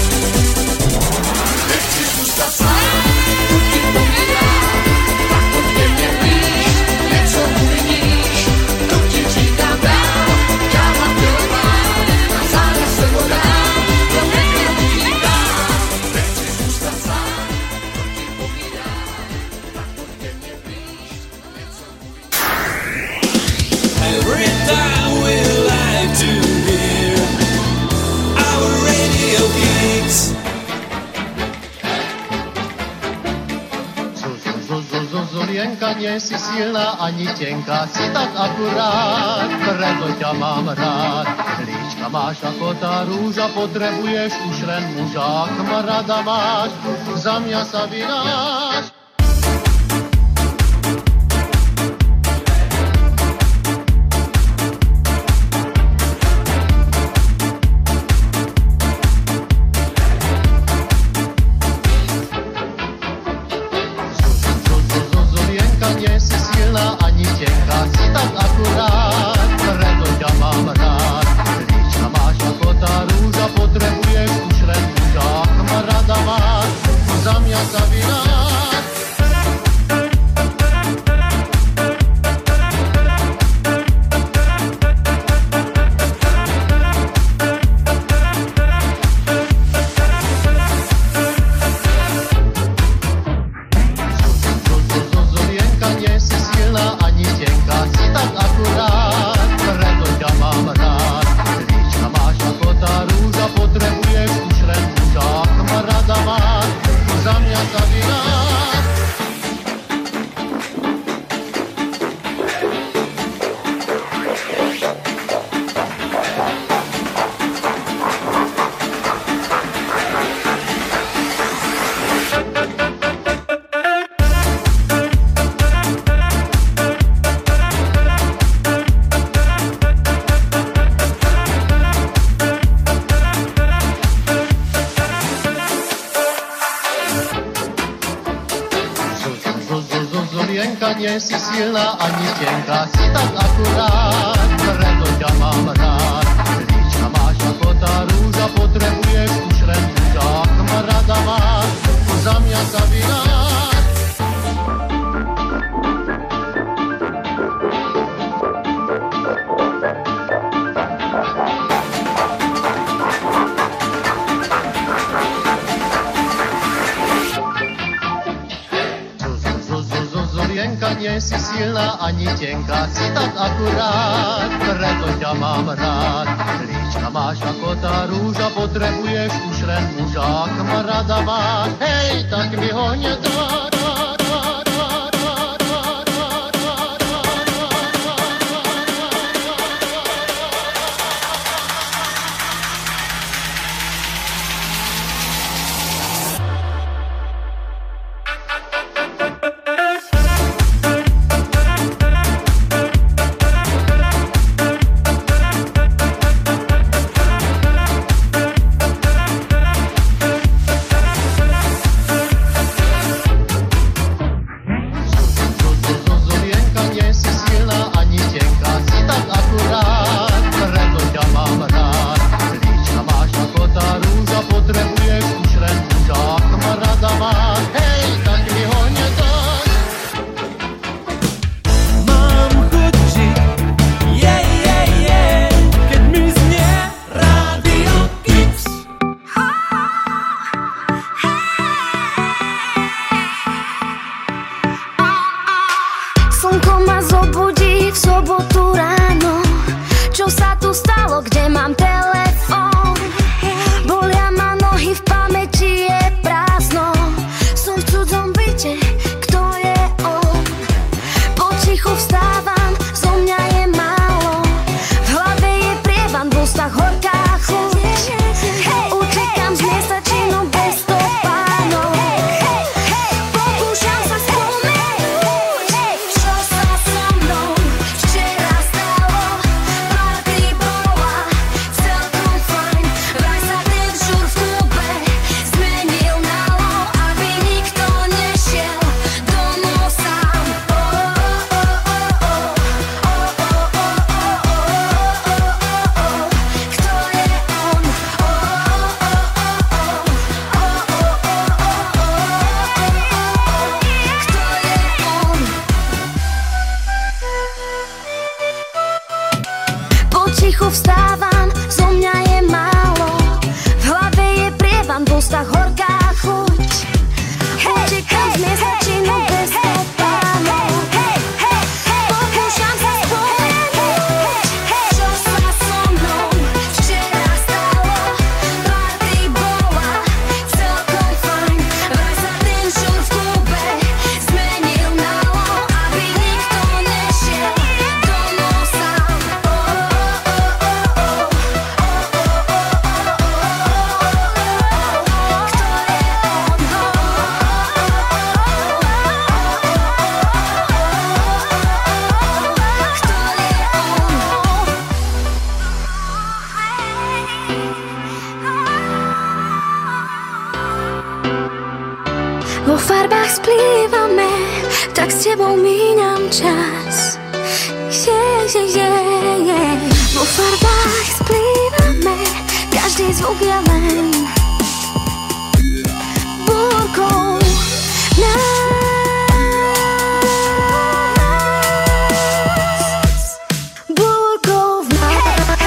nechci zůstat sám, to ti povídám, tak pojď ke mně blíž, něco uvidíš, to ti říkám dál, ďábla v těle mám, na záda se vodám, do pekel utíkám, nechci zůstat sám, to ti povídám, tak pojď ke mně blíž, něco uvidíš. Every time we like to hear our radio kicks. Zulienka, nie si silná ani tenká, si tak akurát, preto ťa mám rád. Líčka máš ako tá rúža, potrebuješ už len muža, kmarada máš, za mňa sa vynáš. Zulienka, nie si silná ani tenká, si tak akurát, preto ťa mám rád. Líčka máš ako tá rúža, potrebuješ už len muža, kmarada máš, za mňa sa vynáš. Zulienka, nie si silná ani tenká, si tak akurát, preto ťa mám rád. Líčka máš ako tá rúža, potrebuješ už len muža, kmarada máš, za mňa sa vynáš. Zulienka, nie si silná ani tenká, si tak akurát, preto ťa mám rád. Líčka máš ako tá rúža, potrebuješ už len muža, kmarada máš, za mňa sa vynáš. Zulienka, nie si silná ani tenká, si tak akurát, preto ťa mám rád. Líčka máš ako tá rúža, potrebuješ už len muža, kmarada máš, hej, tak mi ho nedá. Zulienka, nie si silná ani tenká, si tak akurát, preto ťa mám rád. Líčka máš ako tá rúža, potrebuješ už len muža, kmarada máš, hej, tak mi ho nedáš. Mám chuť žiť, keď mi znie Radio Kicks. Slnko ma zobudí v sobotu ráno. Čo sa tu stalo, kde mám telefón? Bolia ma nohy, v pamäti je prázdno. Som v cudzom byte, kto je on? Potichu vstávam, zo mňa je málo. V hlave je prievan, v ústach horká chuť. Utekám z miesta činu bez stopánov. Pokúšam sa spomenúť ráno vstávam, zo mňa je málo. V hlave je prievan, v ústach horká chuť. Utekám z miesta činu bez stopánov. Pokúšam sa spomenúť, čo sa so mnou včera stalo. Party bola celkom fajn, vraj sa ten šur v klube zmenil nalo, aby nikto nešiel domov sám. Vo farbách splývame, tak s tebou míňam čas. Vo farbách splývame, každý zvuk je len búrkou nás. Búrkou v nás.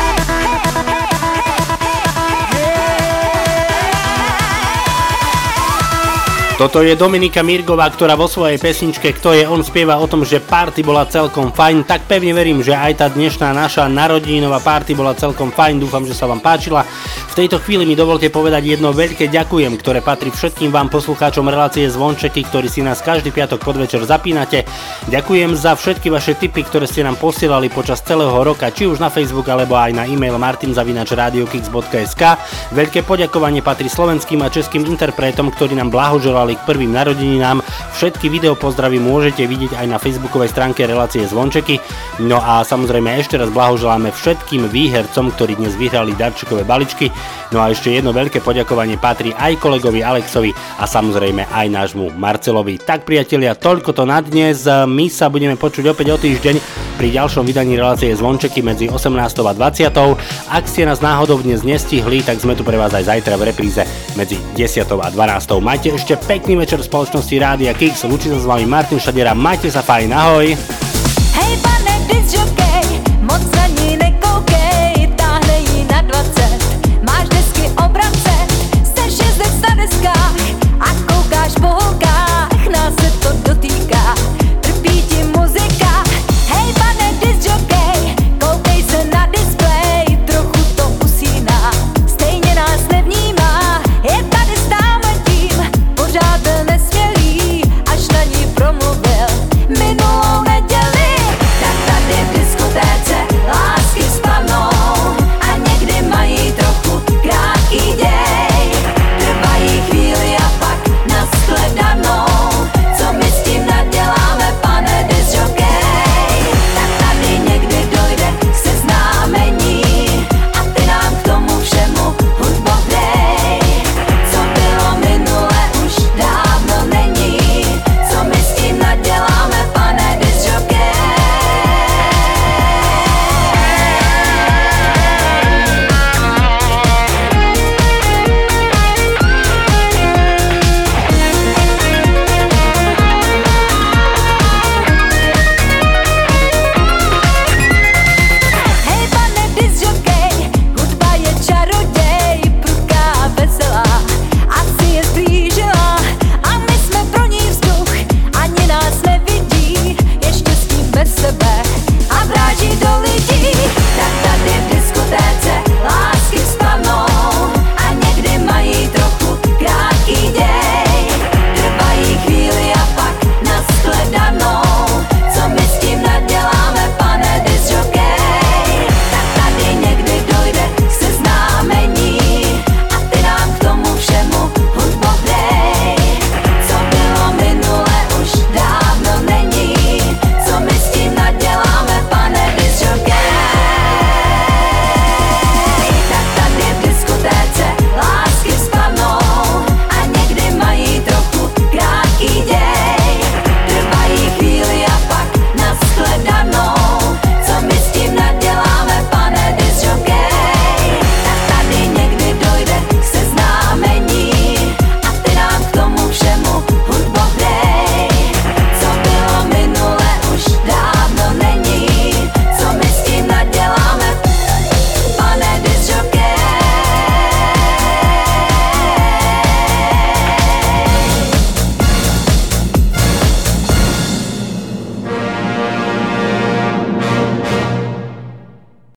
Toto je Dominika Mirgová, ktorá vo svojej pesničke Kto je on spieva o tom, že party bola celkom fajn, tak pevne verím, že aj tá dnešná naša narodeninová party bola celkom fajn, dúfam, že sa vám páčila. V tejto chvíli mi dovolte povedať jedno veľké ďakujem, ktoré patrí všetkým vám poslucháčom relácie Zvončeky, ktorí si nás každý piatok podvečer zapínate. Ďakujem za všetky vaše tipy, ktoré ste nám posielali počas celého roka, či už na Facebook alebo aj na e-mail martin@radiokix.sk. Veľké poďakovanie patrí slovenským a českým interpretom, ktorí nám blahoželali k prvým narodeninám. Všetky video pozdravy môžete vidieť aj na facebookovej stránke relácie Zvončeky. No a samozrejme ešte raz blahoželáme všetkým výhercom, ktorí dnes vyhrali darčekové baličky. No a ešte jedno veľké poďakovanie patrí aj kolegovi Alexovi a samozrejme aj nášmu Marcelovi. Tak priatelia, toľko to na dnes. My sa budeme počuť opäť o týždeň pri ďalšom vydaní relácie Zvončeky medzi 18. a 20. Ak ste nás náhodou dnes nestihli, tak sme tu pre vás aj zajtra v repríze medzi 10. a 12. Majte ešte pekný večer v spoločnosti Rádia Kix. Lúči sa s vami Martin Šadera. Majte sa fajn, ahoj. Hej, pane, disc